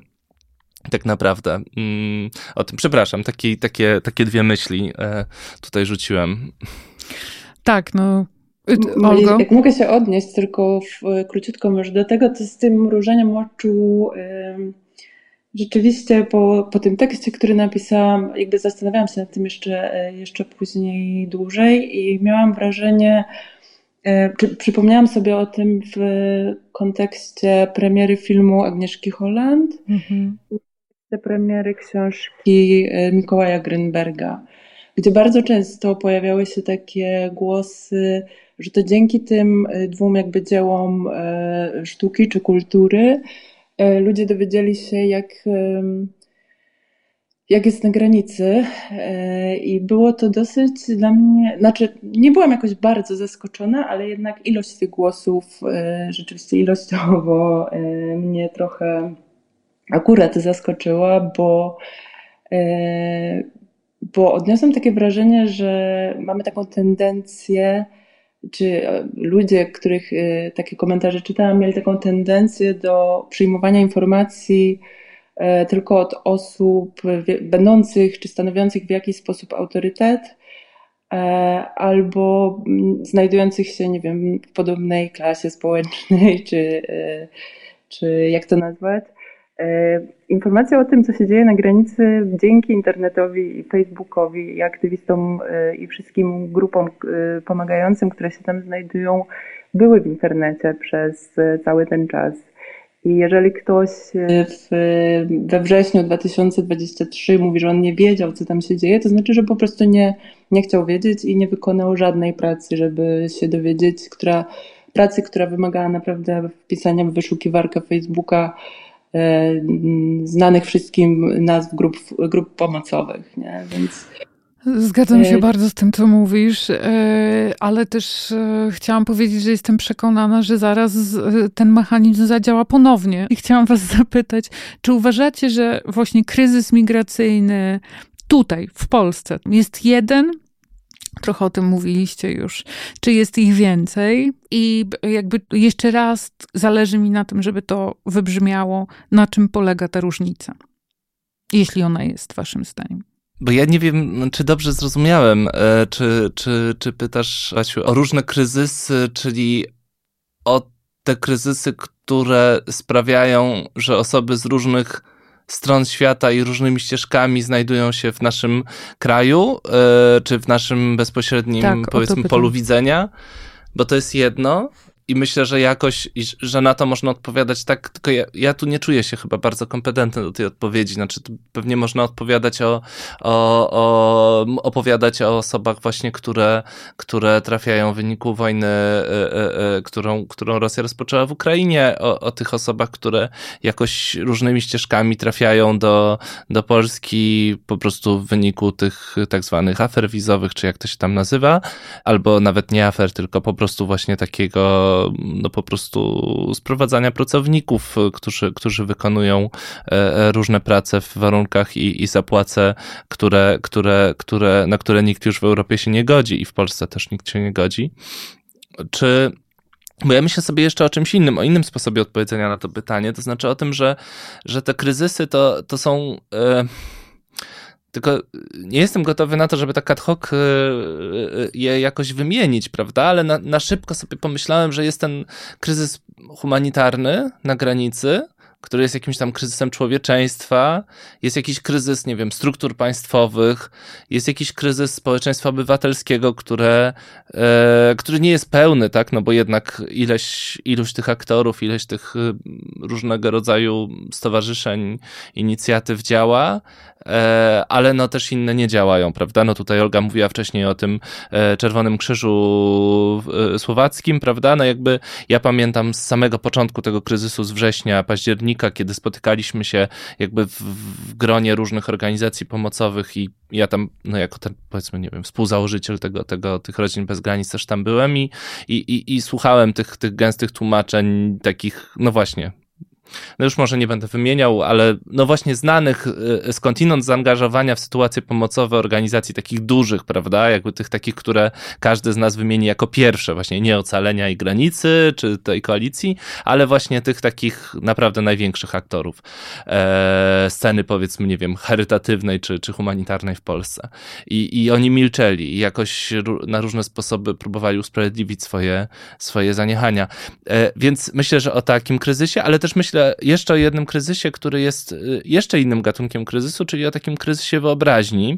Tak naprawdę. Mm, o tym, przepraszam, takie, takie, takie dwie myśli e, tutaj rzuciłem. Tak, no. Olgo? Jak mogę się odnieść tylko w, króciutko może do tego, to z tym mrużeniem oczu y, rzeczywiście po, po tym tekście, który napisałam, jakby zastanawiałam się nad tym jeszcze, jeszcze później dłużej i miałam wrażenie, y, czy, przypomniałam sobie o tym w kontekście premiery filmu Agnieszki Holland, mhm. i premiery książki Mikołaja Grynberga, gdzie bardzo często pojawiały się takie głosy, że to dzięki tym dwóm jakby dziełom sztuki czy kultury ludzie dowiedzieli się, jak, jak jest na granicy i było to dosyć dla mnie, znaczy nie byłam jakoś bardzo zaskoczona, ale jednak ilość tych głosów rzeczywiście ilościowo mnie trochę akurat zaskoczyła, bo, bo odniosłam takie wrażenie, że mamy taką tendencję, czy ludzie, których takie komentarze czytałam, mieli taką tendencję do przyjmowania informacji tylko od osób będących czy stanowiących w jakiś sposób autorytet, albo znajdujących się, nie wiem, w podobnej klasie społecznej, czy, czy jak to nazwać. Informacja o tym, co się dzieje na granicy, dzięki internetowi i Facebookowi i aktywistom i wszystkim grupom pomagającym, które się tam znajdują, były w internecie przez cały ten czas. I jeżeli ktoś w, we wrześniu dwa tysiące dwudziestego trzeciego mówi, że on nie wiedział, co tam się dzieje, to znaczy, że po prostu nie, nie chciał wiedzieć i nie wykonał żadnej pracy, żeby się dowiedzieć, która, pracy, która wymagała naprawdę wpisania w wyszukiwarkę Facebooka e, znanych wszystkim nazw grup, grup pomocowych, nie? Więc... Zgadzam się bardzo z tym, co mówisz, ale też chciałam powiedzieć, że jestem przekonana, że zaraz ten mechanizm zadziała ponownie. I chciałam was zapytać, czy uważacie, że właśnie kryzys migracyjny tutaj, w Polsce, jest jeden? Trochę o tym mówiliście już. Czy jest ich więcej? I jakby jeszcze raz zależy mi na tym, żeby to wybrzmiało, na czym polega ta różnica, jeśli ona jest waszym zdaniem. Bo ja nie wiem, czy dobrze zrozumiałem, czy, czy, czy pytasz, Asiu, o różne kryzysy, czyli o te kryzysy, które sprawiają, że osoby z różnych stron świata i różnymi ścieżkami znajdują się w naszym kraju, czy w naszym bezpośrednim, tak, powiedzmy, polu widzenia, bo to jest jedno. I myślę, że jakoś, że na to można odpowiadać tak, tylko ja, ja tu nie czuję się chyba bardzo kompetentny do tej odpowiedzi. Znaczy, tu pewnie można odpowiadać o, o, o opowiadać o osobach właśnie, które, które trafiają w wyniku wojny, y, y, y, którą, którą Rosja rozpoczęła w Ukrainie, o, o tych osobach, które jakoś różnymi ścieżkami trafiają do, do Polski po prostu w wyniku tych tak zwanych afer wizowych, czy jak to się tam nazywa, albo nawet nie afer, tylko po prostu właśnie takiego no po prostu sprowadzania pracowników, którzy, którzy wykonują różne prace w warunkach i, i za płace, które, które, które, na które nikt już w Europie się nie godzi i w Polsce też nikt się nie godzi. Czy Bo ja myślę sobie jeszcze o czymś innym, o innym sposobie odpowiedzenia na to pytanie, to znaczy o tym, że, że te kryzysy to, to są... Yy, Tylko nie jestem gotowy na to, żeby tak ad hoc je jakoś wymienić, prawda? Ale na, na szybko sobie pomyślałem, że jest ten kryzys humanitarny na granicy, który jest jakimś tam kryzysem człowieczeństwa, jest jakiś kryzys, nie wiem, struktur państwowych, jest jakiś kryzys społeczeństwa obywatelskiego, które, e, który nie jest pełny, tak, no bo jednak ileś, iluś tych aktorów, ileś tych różnego rodzaju stowarzyszeń, inicjatyw działa, e, ale no też inne nie działają, prawda? No tutaj Olga mówiła wcześniej o tym e, Czerwonym Krzyżu e, Słowackim, prawda? No jakby ja pamiętam z samego początku tego kryzysu z września, października, kiedy spotykaliśmy się jakby w, w gronie różnych organizacji pomocowych i ja tam, no jako ten, powiedzmy, nie wiem, współzałożyciel tego, tego, tych Rodzin Bez Granic też tam byłem i, i, i, i słuchałem tych, tych gęstych tłumaczeń takich, no właśnie, no już może nie będę wymieniał, ale no właśnie znanych skądinąd zaangażowania w sytuacje pomocowe organizacji takich dużych, prawda, jakby tych takich, które każdy z nas wymieni jako pierwsze, właśnie nie Ocalenia i Granicy, czy tej koalicji, ale właśnie tych takich naprawdę największych aktorów e, sceny, powiedzmy, nie wiem, charytatywnej, czy, czy humanitarnej w Polsce. I, i oni milczeli i jakoś na różne sposoby próbowali usprawiedliwić swoje, swoje zaniechania. E, więc myślę, że o takim kryzysie, ale też myślę jeszcze o jednym kryzysie, który jest jeszcze innym gatunkiem kryzysu, czyli o takim kryzysie wyobraźni.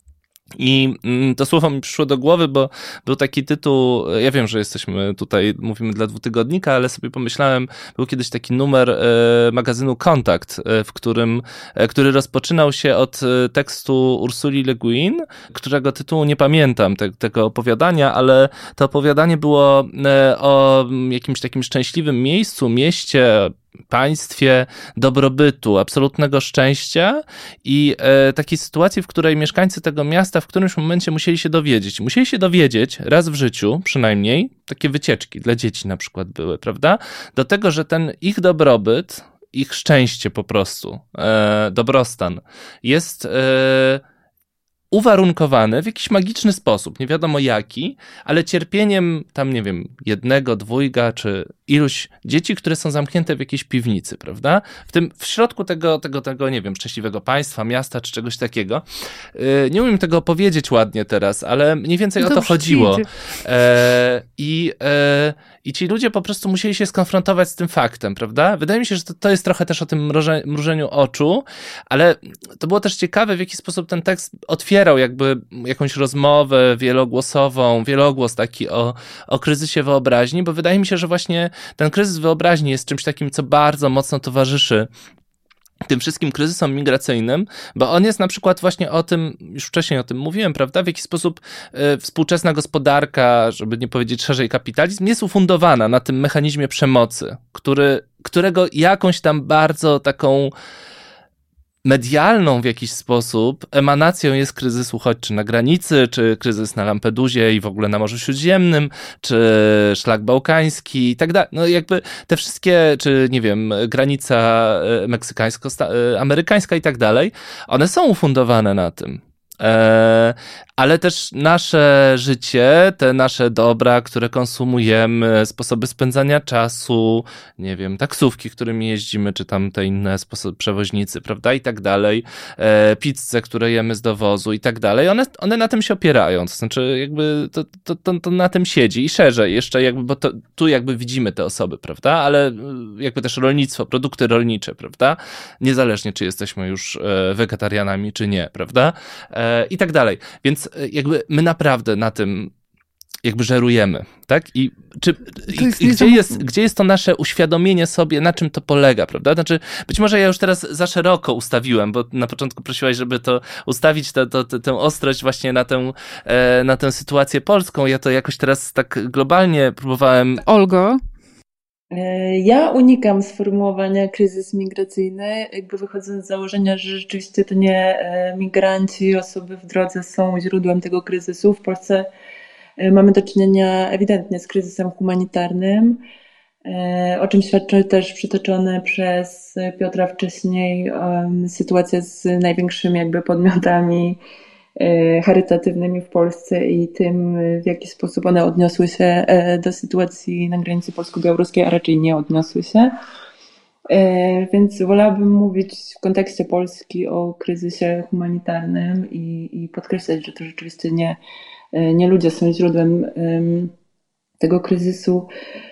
I to słowo mi przyszło do głowy, bo był taki tytuł, ja wiem, że jesteśmy tutaj, mówimy dla dwutygodnika, ale sobie pomyślałem, był kiedyś taki numer magazynu Kontakt, w którym, który rozpoczynał się od tekstu Ursuli Le Guin, którego tytułu nie pamiętam, te, tego opowiadania, ale to opowiadanie było o jakimś takim szczęśliwym miejscu, mieście, państwie dobrobytu, absolutnego szczęścia i e, takiej sytuacji, w której mieszkańcy tego miasta w którymś momencie musieli się dowiedzieć. Musieli się dowiedzieć raz w życiu przynajmniej, takie wycieczki dla dzieci na przykład były, prawda? Do tego, że ten ich dobrobyt ich szczęście po prostu, e, dobrostan jest e, uwarunkowany w jakiś magiczny sposób, nie wiadomo jaki, ale cierpieniem tam, nie wiem, jednego, dwójga, czy iluś dzieci, które są zamknięte w jakiejś piwnicy, prawda? W tym, w środku tego, tego, tego, nie wiem, szczęśliwego państwa, miasta, czy czegoś takiego. Yy, nie umiem tego opowiedzieć ładnie teraz, ale mniej więcej no o to chodziło. E, i, e, I ci ludzie po prostu musieli się skonfrontować z tym faktem, prawda? Wydaje mi się, że to, to jest trochę też o tym mroże, mrużeniu oczu, ale to było też ciekawe, w jaki sposób ten tekst otwierał jakby jakąś rozmowę wielogłosową, wielogłos taki o, o kryzysie wyobraźni, bo wydaje mi się, że właśnie ten kryzys wyobraźni jest czymś takim, co bardzo mocno towarzyszy tym wszystkim kryzysom migracyjnym, bo on jest na przykład właśnie o tym, już wcześniej o tym mówiłem, prawda, w jaki sposób y, współczesna gospodarka, żeby nie powiedzieć szerzej kapitalizm, jest ufundowana na tym mechanizmie przemocy, który, którego jakąś tam bardzo taką medialną w jakiś sposób emanacją jest kryzys uchodźczy na granicy, czy kryzys na Lampedusie i w ogóle na Morzu Śródziemnym, czy szlak bałkański i tak dalej. No jakby te wszystkie, czy nie wiem, granica meksykańsko-amerykańska i tak dalej, one są ufundowane na tym. E, ale też nasze życie, te nasze dobra, które konsumujemy, sposoby spędzania czasu, nie wiem, taksówki, którymi jeździmy, czy tam te inne sposoby, przewoźnicy, prawda, i tak dalej, e, pizze, które jemy z dowozu i tak dalej, one, one na tym się opierają, to znaczy jakby to, to, to, to na tym siedzi i szerzej jeszcze jakby, bo to, tu jakby widzimy te osoby, prawda, ale jakby też rolnictwo, produkty rolnicze, prawda, niezależnie czy jesteśmy już wegetarianami, czy nie, prawda, e, i tak dalej. Więc jakby my naprawdę na tym jakby żerujemy, tak? I, czy, i, i gdzie, jest, gdzie jest to nasze uświadomienie sobie, na czym to polega, prawda? Znaczy, być może ja już teraz za szeroko ustawiłem, bo na początku prosiłaś, żeby to ustawić, to, to, to, tę ostrość właśnie na tę, na tę sytuację polską. Ja to jakoś teraz tak globalnie próbowałem... Olgo? Ja unikam sformułowania kryzys migracyjny, jakby wychodząc z założenia, że rzeczywiście to nie migranci, osoby w drodze są źródłem tego kryzysu. W Polsce mamy do czynienia ewidentnie z kryzysem humanitarnym, o czym świadczy też przytoczone przez Piotra wcześniej sytuacja z największymi jakby podmiotami charytatywnymi w Polsce i tym, w jaki sposób one odniosły się do sytuacji na granicy polsko-białoruskiej, a raczej nie odniosły się. Więc wolałabym mówić w kontekście Polski o kryzysie humanitarnym i, i podkreślać, że to rzeczywiście nie, nie ludzie są źródłem tego kryzysu.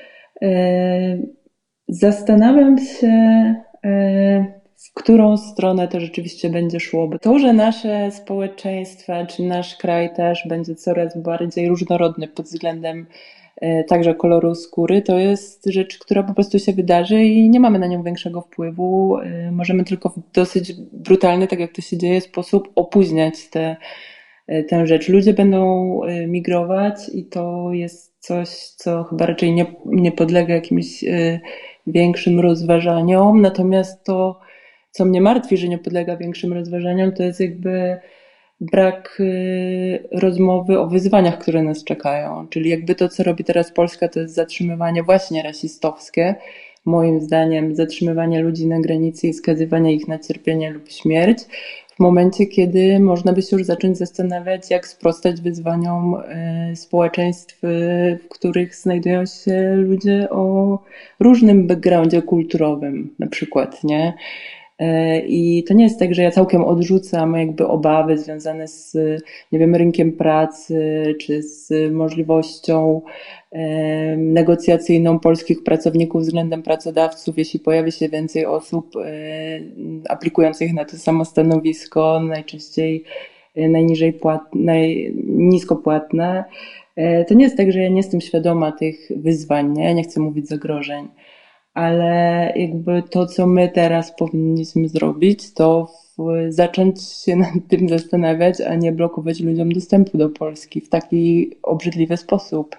Zastanawiam się, w którą stronę to rzeczywiście będzie szło. Bo to, że nasze społeczeństwa, czy nasz kraj też będzie coraz bardziej różnorodny pod względem także koloru skóry, to jest rzecz, która po prostu się wydarzy i nie mamy na nią większego wpływu. Możemy tylko w dosyć brutalny, tak jak to się dzieje, sposób opóźniać te, tę rzecz. Ludzie będą migrować i to jest coś, co chyba raczej nie, nie podlega jakimś większym rozważaniom. Natomiast to, co mnie martwi, że nie podlega większym rozważaniom, to jest jakby brak rozmowy o wyzwaniach, które nas czekają. Czyli jakby to, co robi teraz Polska, to jest zatrzymywanie właśnie rasistowskie, moim zdaniem zatrzymywanie ludzi na granicy i skazywanie ich na cierpienie lub śmierć, w momencie, kiedy można by się już zacząć zastanawiać, jak sprostać wyzwaniom społeczeństw, w których znajdują się ludzie o różnym backgroundzie kulturowym, na przykład, nie? I to nie jest tak, że ja całkiem odrzucam jakby obawy związane z, nie wiem, rynkiem pracy, czy z możliwością negocjacyjną polskich pracowników względem pracodawców, jeśli pojawi się więcej osób aplikujących na to samo stanowisko, najczęściej najniżej płatne, najnisko płatne. To nie jest tak, że ja nie jestem świadoma tych wyzwań, nie, nie chcę mówić zagrożeń, ale jakby to, co my teraz powinniśmy zrobić, to zacząć się nad tym zastanawiać, a nie blokować ludziom dostępu do Polski w taki obrzydliwy sposób.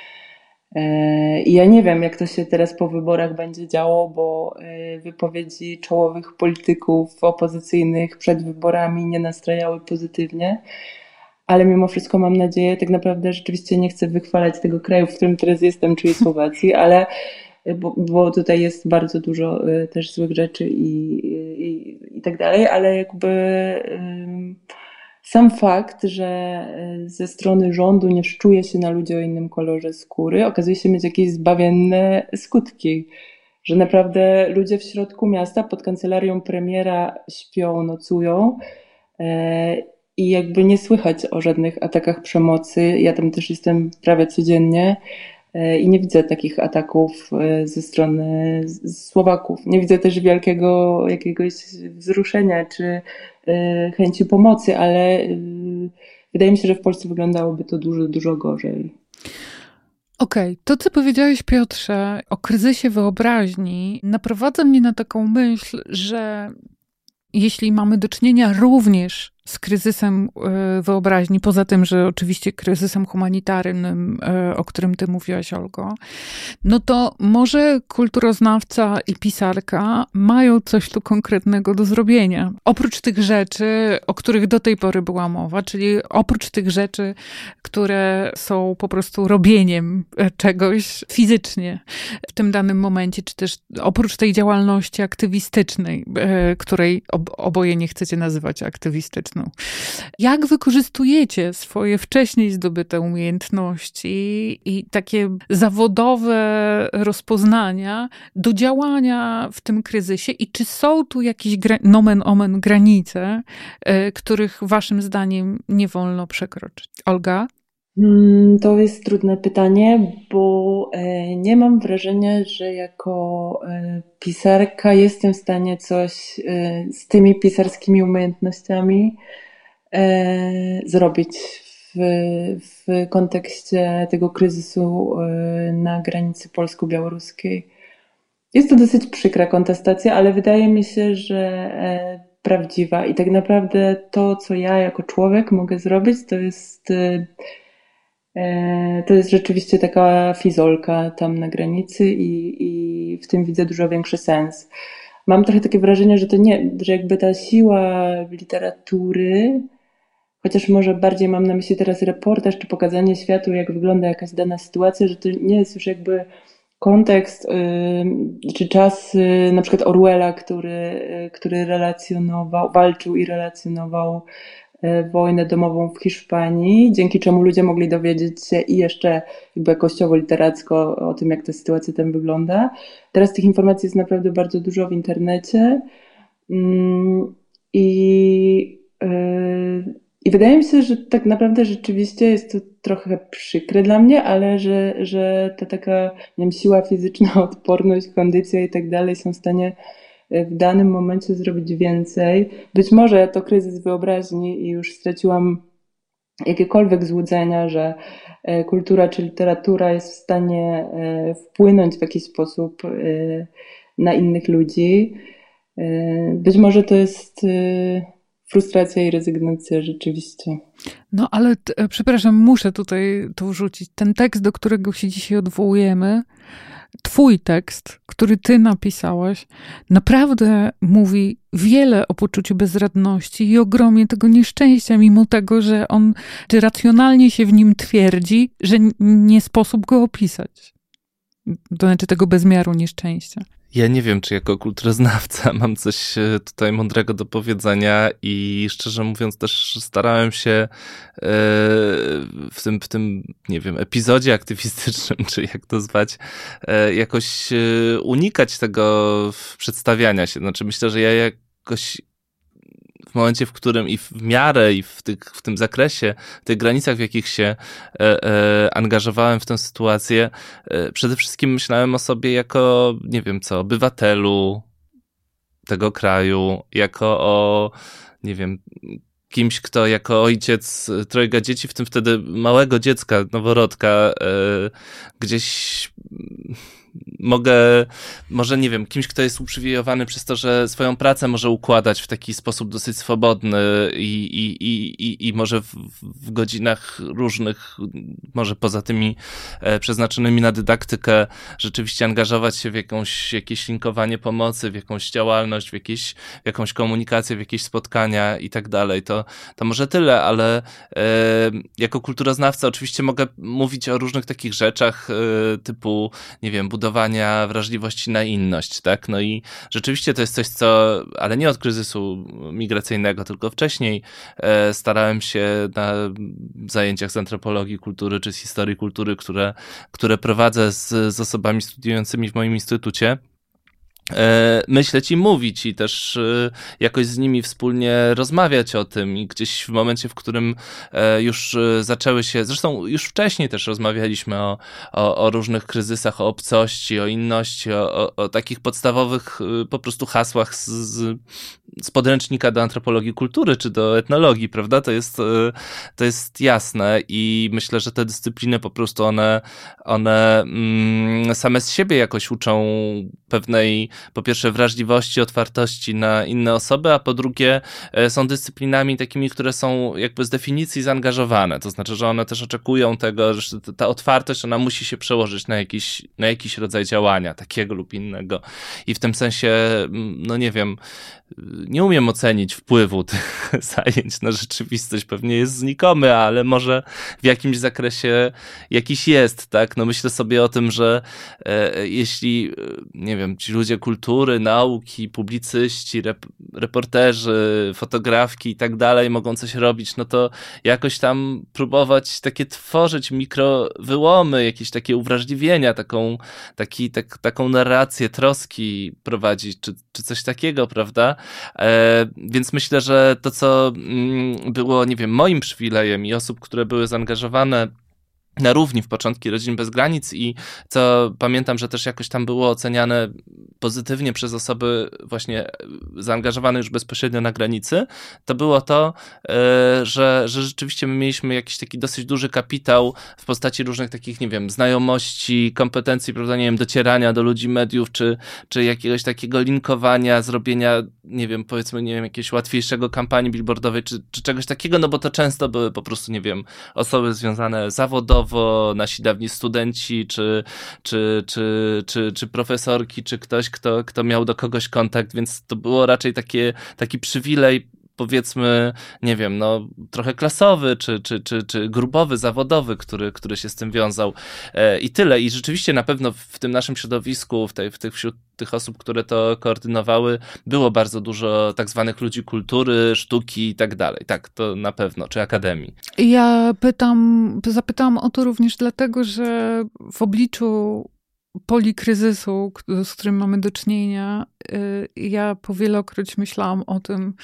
I ja nie wiem, jak to się teraz po wyborach będzie działo, bo wypowiedzi czołowych polityków opozycyjnych przed wyborami nie nastrajały pozytywnie, ale mimo wszystko mam nadzieję, tak naprawdę rzeczywiście nie chcę wychwalać tego kraju, w którym teraz jestem, czyli Słowacji, ale bo, bo tutaj jest bardzo dużo też złych rzeczy i, i, i tak dalej, ale jakby sam fakt, że ze strony rządu nie szczuje się na ludzi o innym kolorze skóry, okazuje się mieć jakieś zbawienne skutki. Że naprawdę ludzie w środku miasta pod kancelarią premiera śpią, nocują e, i jakby nie słychać o żadnych atakach przemocy. Ja tam też jestem prawie codziennie e, i nie widzę takich ataków e, ze strony Słowaków. Nie widzę też wielkiego jakiegoś wzruszenia czy e, chęci pomocy, ale e, wydaje mi się, że w Polsce wyglądałoby to dużo, dużo gorzej. Okej, okay. To co powiedziałeś, Piotrze, o kryzysie wyobraźni naprowadza mnie na taką myśl, że jeśli mamy do czynienia również z kryzysem wyobraźni, poza tym, że oczywiście kryzysem humanitarnym, o którym ty mówiłaś, Olgo, no to może kulturoznawca i pisarka mają coś tu konkretnego do zrobienia. Oprócz tych rzeczy, o których do tej pory była mowa, czyli oprócz tych rzeczy, które są po prostu robieniem czegoś fizycznie w tym danym momencie, czy też oprócz tej działalności aktywistycznej, której oboje nie chcecie nazywać aktywistyczną. Jak wykorzystujecie swoje wcześniej zdobyte umiejętności i takie zawodowe rozpoznania do działania w tym kryzysie i czy są tu jakieś gra- nomen omen granice, y, których waszym zdaniem nie wolno przekroczyć? Olga? To jest trudne pytanie, bo nie mam wrażenia, że jako pisarka jestem w stanie coś z tymi pisarskimi umiejętnościami zrobić w, w kontekście tego kryzysu na granicy polsko-białoruskiej. Jest to dosyć przykra kontestacja, ale wydaje mi się, że prawdziwa i tak naprawdę to, co ja jako człowiek mogę zrobić, to jest To jest rzeczywiście taka fizolka tam na granicy i, i w tym widzę dużo większy sens. Mam trochę takie wrażenie, że to nie, że jakby ta siła literatury, chociaż może bardziej mam na myśli teraz reportaż czy pokazanie światu, jak wygląda jakaś dana sytuacja, że to nie jest już jakby kontekst yy, czy czas yy, na przykład Orwella, który, yy, który relacjonował, walczył i relacjonował wojnę domową w Hiszpanii, dzięki czemu ludzie mogli dowiedzieć się i jeszcze jakby jakościowo-literacko o tym, jak ta sytuacja tam wygląda. Teraz tych informacji jest naprawdę bardzo dużo w internecie i, yy, i wydaje mi się, że tak naprawdę rzeczywiście jest to trochę przykre dla mnie, ale że, że ta taka, nie wiem, siła fizyczna, odporność, kondycja i tak dalej są w stanie w danym momencie zrobić więcej. Być może to kryzys wyobraźni i już straciłam jakiekolwiek złudzenia, że kultura czy literatura jest w stanie wpłynąć w jakiś sposób na innych ludzi. Być może to jest frustracja i rezygnacja rzeczywiście. No ale, t- przepraszam, muszę tutaj to wrzucić. Ten tekst, do którego się dzisiaj odwołujemy, twój tekst, który ty napisałaś, naprawdę mówi wiele o poczuciu bezradności i ogromie tego nieszczęścia, mimo tego, że on racjonalnie się w nim twierdzi, że nie sposób go opisać. To znaczy tego bezmiaru nieszczęścia. Ja nie wiem, czy jako kulturoznawca mam coś tutaj mądrego do powiedzenia i szczerze mówiąc też starałem się w tym, w tym, nie wiem, epizodzie aktywistycznym, czy jak to zwać, jakoś unikać tego przedstawiania się. Znaczy myślę, że ja jakoś w momencie, w którym i w miarę, i w, tych, w tym zakresie, w tych granicach, w jakich się e, e, angażowałem w tę sytuację, e, przede wszystkim myślałem o sobie jako, nie wiem co, obywatelu tego kraju, jako o, nie wiem, kimś, kto jako ojciec trojga dzieci, w tym wtedy małego dziecka, noworodka, e, gdzieś mogę, może nie wiem, kimś, kto jest uprzywilejowany przez to, że swoją pracę może układać w taki sposób dosyć swobodny i, i, i, i, i może w, w godzinach różnych, może poza tymi e, przeznaczonymi na dydaktykę, rzeczywiście angażować się w jakąś, jakieś linkowanie pomocy, w jakąś działalność, w, jakieś, w jakąś komunikację, w jakieś spotkania i tak dalej. To, to może tyle, ale e, jako kulturoznawca oczywiście mogę mówić o różnych takich rzeczach e, typu, nie wiem, budowanie budowania wrażliwości na inność, tak? No i rzeczywiście to jest coś, co, ale nie od kryzysu migracyjnego, tylko wcześniej e, starałem się na zajęciach z antropologii kultury czy z historii kultury, które, które prowadzę z, z osobami studiującymi w moim instytucie, myśleć i mówić i też jakoś z nimi wspólnie rozmawiać o tym i gdzieś w momencie, w którym już zaczęły się, zresztą już wcześniej też rozmawialiśmy o, o, o różnych kryzysach, o obcości, o inności, o, o, o takich podstawowych po prostu hasłach z, z, z podręcznika do antropologii kultury czy do etnologii, prawda? To jest, to jest jasne i myślę, że te dyscypliny po prostu one, one mm, same z siebie jakoś uczą pewnej po pierwsze wrażliwości, otwartości na inne osoby, a po drugie są dyscyplinami takimi, które są jakby z definicji zaangażowane, to znaczy, że one też oczekują tego, że ta otwartość, ona musi się przełożyć na jakiś, na jakiś rodzaj działania, takiego lub innego i w tym sensie, no nie wiem, nie umiem ocenić wpływu tych zajęć na rzeczywistość, pewnie jest znikomy, ale może w jakimś zakresie jakiś jest, tak? No myślę sobie o tym, że e, jeśli, nie wiem, ci ludzie kultury, nauki, publicyści, rep- reporterzy, fotografki i tak dalej mogą coś robić, no to jakoś tam próbować takie tworzyć mikrowyłomy, jakieś takie uwrażliwienia, taką, taki, tak, taką narrację, troski prowadzić, czy, czy coś takiego, prawda? E, więc myślę, że to, co mm, było, nie wiem, moim przywilejem i osób, które były zaangażowane na równi w początki Rodzin Bez Granic i co pamiętam, że też jakoś tam było oceniane pozytywnie przez osoby właśnie zaangażowane już bezpośrednio na granicy, to było to, że, że rzeczywiście my mieliśmy jakiś taki dosyć duży kapitał w postaci różnych takich, nie wiem, znajomości, kompetencji, prawda, nie wiem, docierania do ludzi, mediów, czy, czy jakiegoś takiego linkowania, zrobienia, nie wiem, powiedzmy, nie wiem, jakiegoś łatwiejszego kampanii billboardowej, czy, czy czegoś takiego, no bo to często były po prostu, nie wiem, osoby związane zawodowo, nasi dawni studenci, czy, czy, czy, czy, czy profesorki, czy ktoś, kto, kto miał do kogoś kontakt, więc to było raczej takie, taki przywilej, powiedzmy, nie wiem, no trochę klasowy, czy, czy, czy, czy grupowy, zawodowy, który, który się z tym wiązał e, i tyle. I rzeczywiście na pewno w tym naszym środowisku, w tej, w tych, wśród tych osób, które to koordynowały, było bardzo dużo tak zwanych ludzi kultury, sztuki i tak dalej. Tak, to na pewno, czy akademii. Ja pytam, zapytałam o to również dlatego, że w obliczu polikryzysu, z którym mamy do czynienia, ja powielokroć myślałam o tym,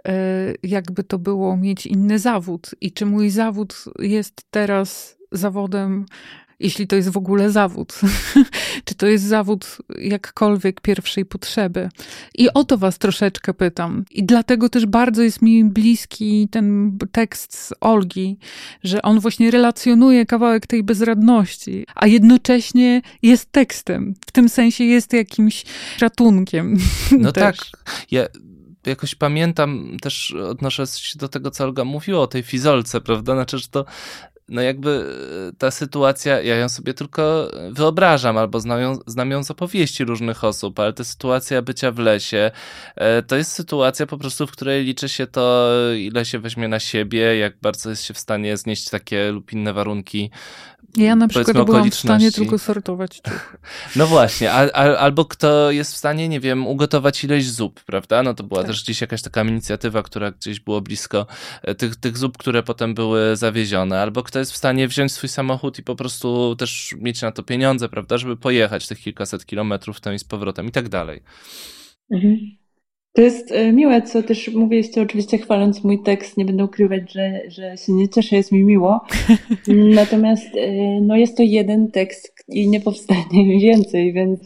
jakby to było mieć inny zawód i czy mój zawód jest teraz zawodem, jeśli to jest w ogóle zawód, czy to jest zawód jakkolwiek pierwszej potrzeby. I o to was troszeczkę pytam. I dlatego też bardzo jest mi bliski ten tekst z Olgi, że on właśnie relacjonuje kawałek tej bezradności, a jednocześnie jest tekstem. W tym sensie jest jakimś ratunkiem. No też. tak. Ja jakoś pamiętam, też odnoszę się do tego, co Olga mówiła o tej fizolce, prawda? Znaczy, że to no jakby ta sytuacja, ja ją sobie tylko wyobrażam, albo znam ją, znam ją z opowieści różnych osób, ale ta sytuacja bycia w lesie, to jest sytuacja po prostu, w której liczy się to, ile się weźmie na siebie, jak bardzo jest się w stanie znieść takie lub inne warunki. Ja na przykład byłam w stanie tylko sortować. No właśnie, a, a, albo kto jest w stanie, nie wiem, ugotować ileś zup, prawda? No to była tak. Też gdzieś jakaś taka inicjatywa, która gdzieś było blisko tych, tych zup, które potem były zawiezione, albo kto jest w stanie wziąć swój samochód i po prostu też mieć na to pieniądze, prawda, żeby pojechać tych kilkaset kilometrów tam i z powrotem i tak dalej. Mhm. To jest miłe, co też mówiliście, oczywiście chwaląc mój tekst, nie będę ukrywać, że, że się nie cieszę, jest mi miło. Natomiast no jest to jeden tekst i nie powstanie więcej, więc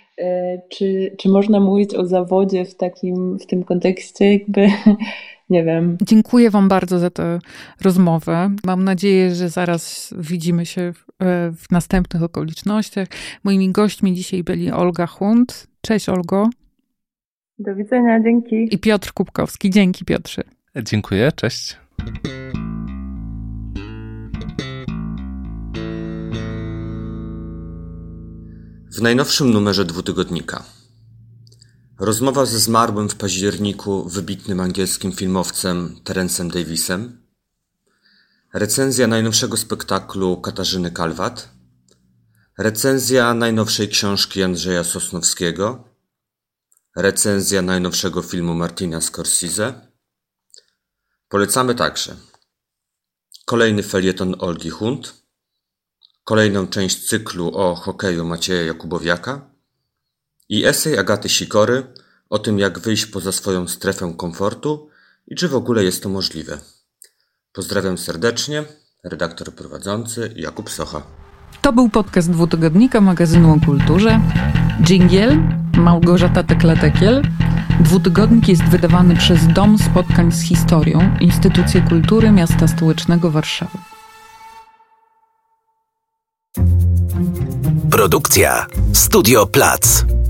czy, czy można mówić o zawodzie w takim, w tym kontekście, jakby nie wiem. Dziękuję wam bardzo za tę rozmowę. Mam nadzieję, że zaraz widzimy się w, w następnych okolicznościach. Moimi gośćmi dzisiaj byli Olga Hund. Cześć, Olgo. Do widzenia, dzięki. I Piotr Kubkowski. Dzięki, Piotrze. Dziękuję, cześć. W najnowszym numerze dwutygodnika rozmowa ze zmarłym w październiku wybitnym angielskim filmowcem Terencem Davisem, recenzja najnowszego spektaklu Katarzyny Kalwat, recenzja najnowszej książki Andrzeja Sosnowskiego, recenzja najnowszego filmu Martina Scorsese. Polecamy także kolejny felieton Olgi Hunt, kolejną część cyklu o hokeju Macieja Jakubowiaka i esej Agaty Sikory o tym, jak wyjść poza swoją strefę komfortu i czy w ogóle jest to możliwe. Pozdrawiam serdecznie, redaktor prowadzący Jakub Socha. To był podcast Dwutygodnika magazynu o kulturze. Dżingiel, Małgorzata Tekla-Tekiel. Dwutygodnik jest wydawany przez Dom Spotkań z Historią, Instytucję Kultury Miasta Stołecznego Warszawy. Produkcja Studio Plac.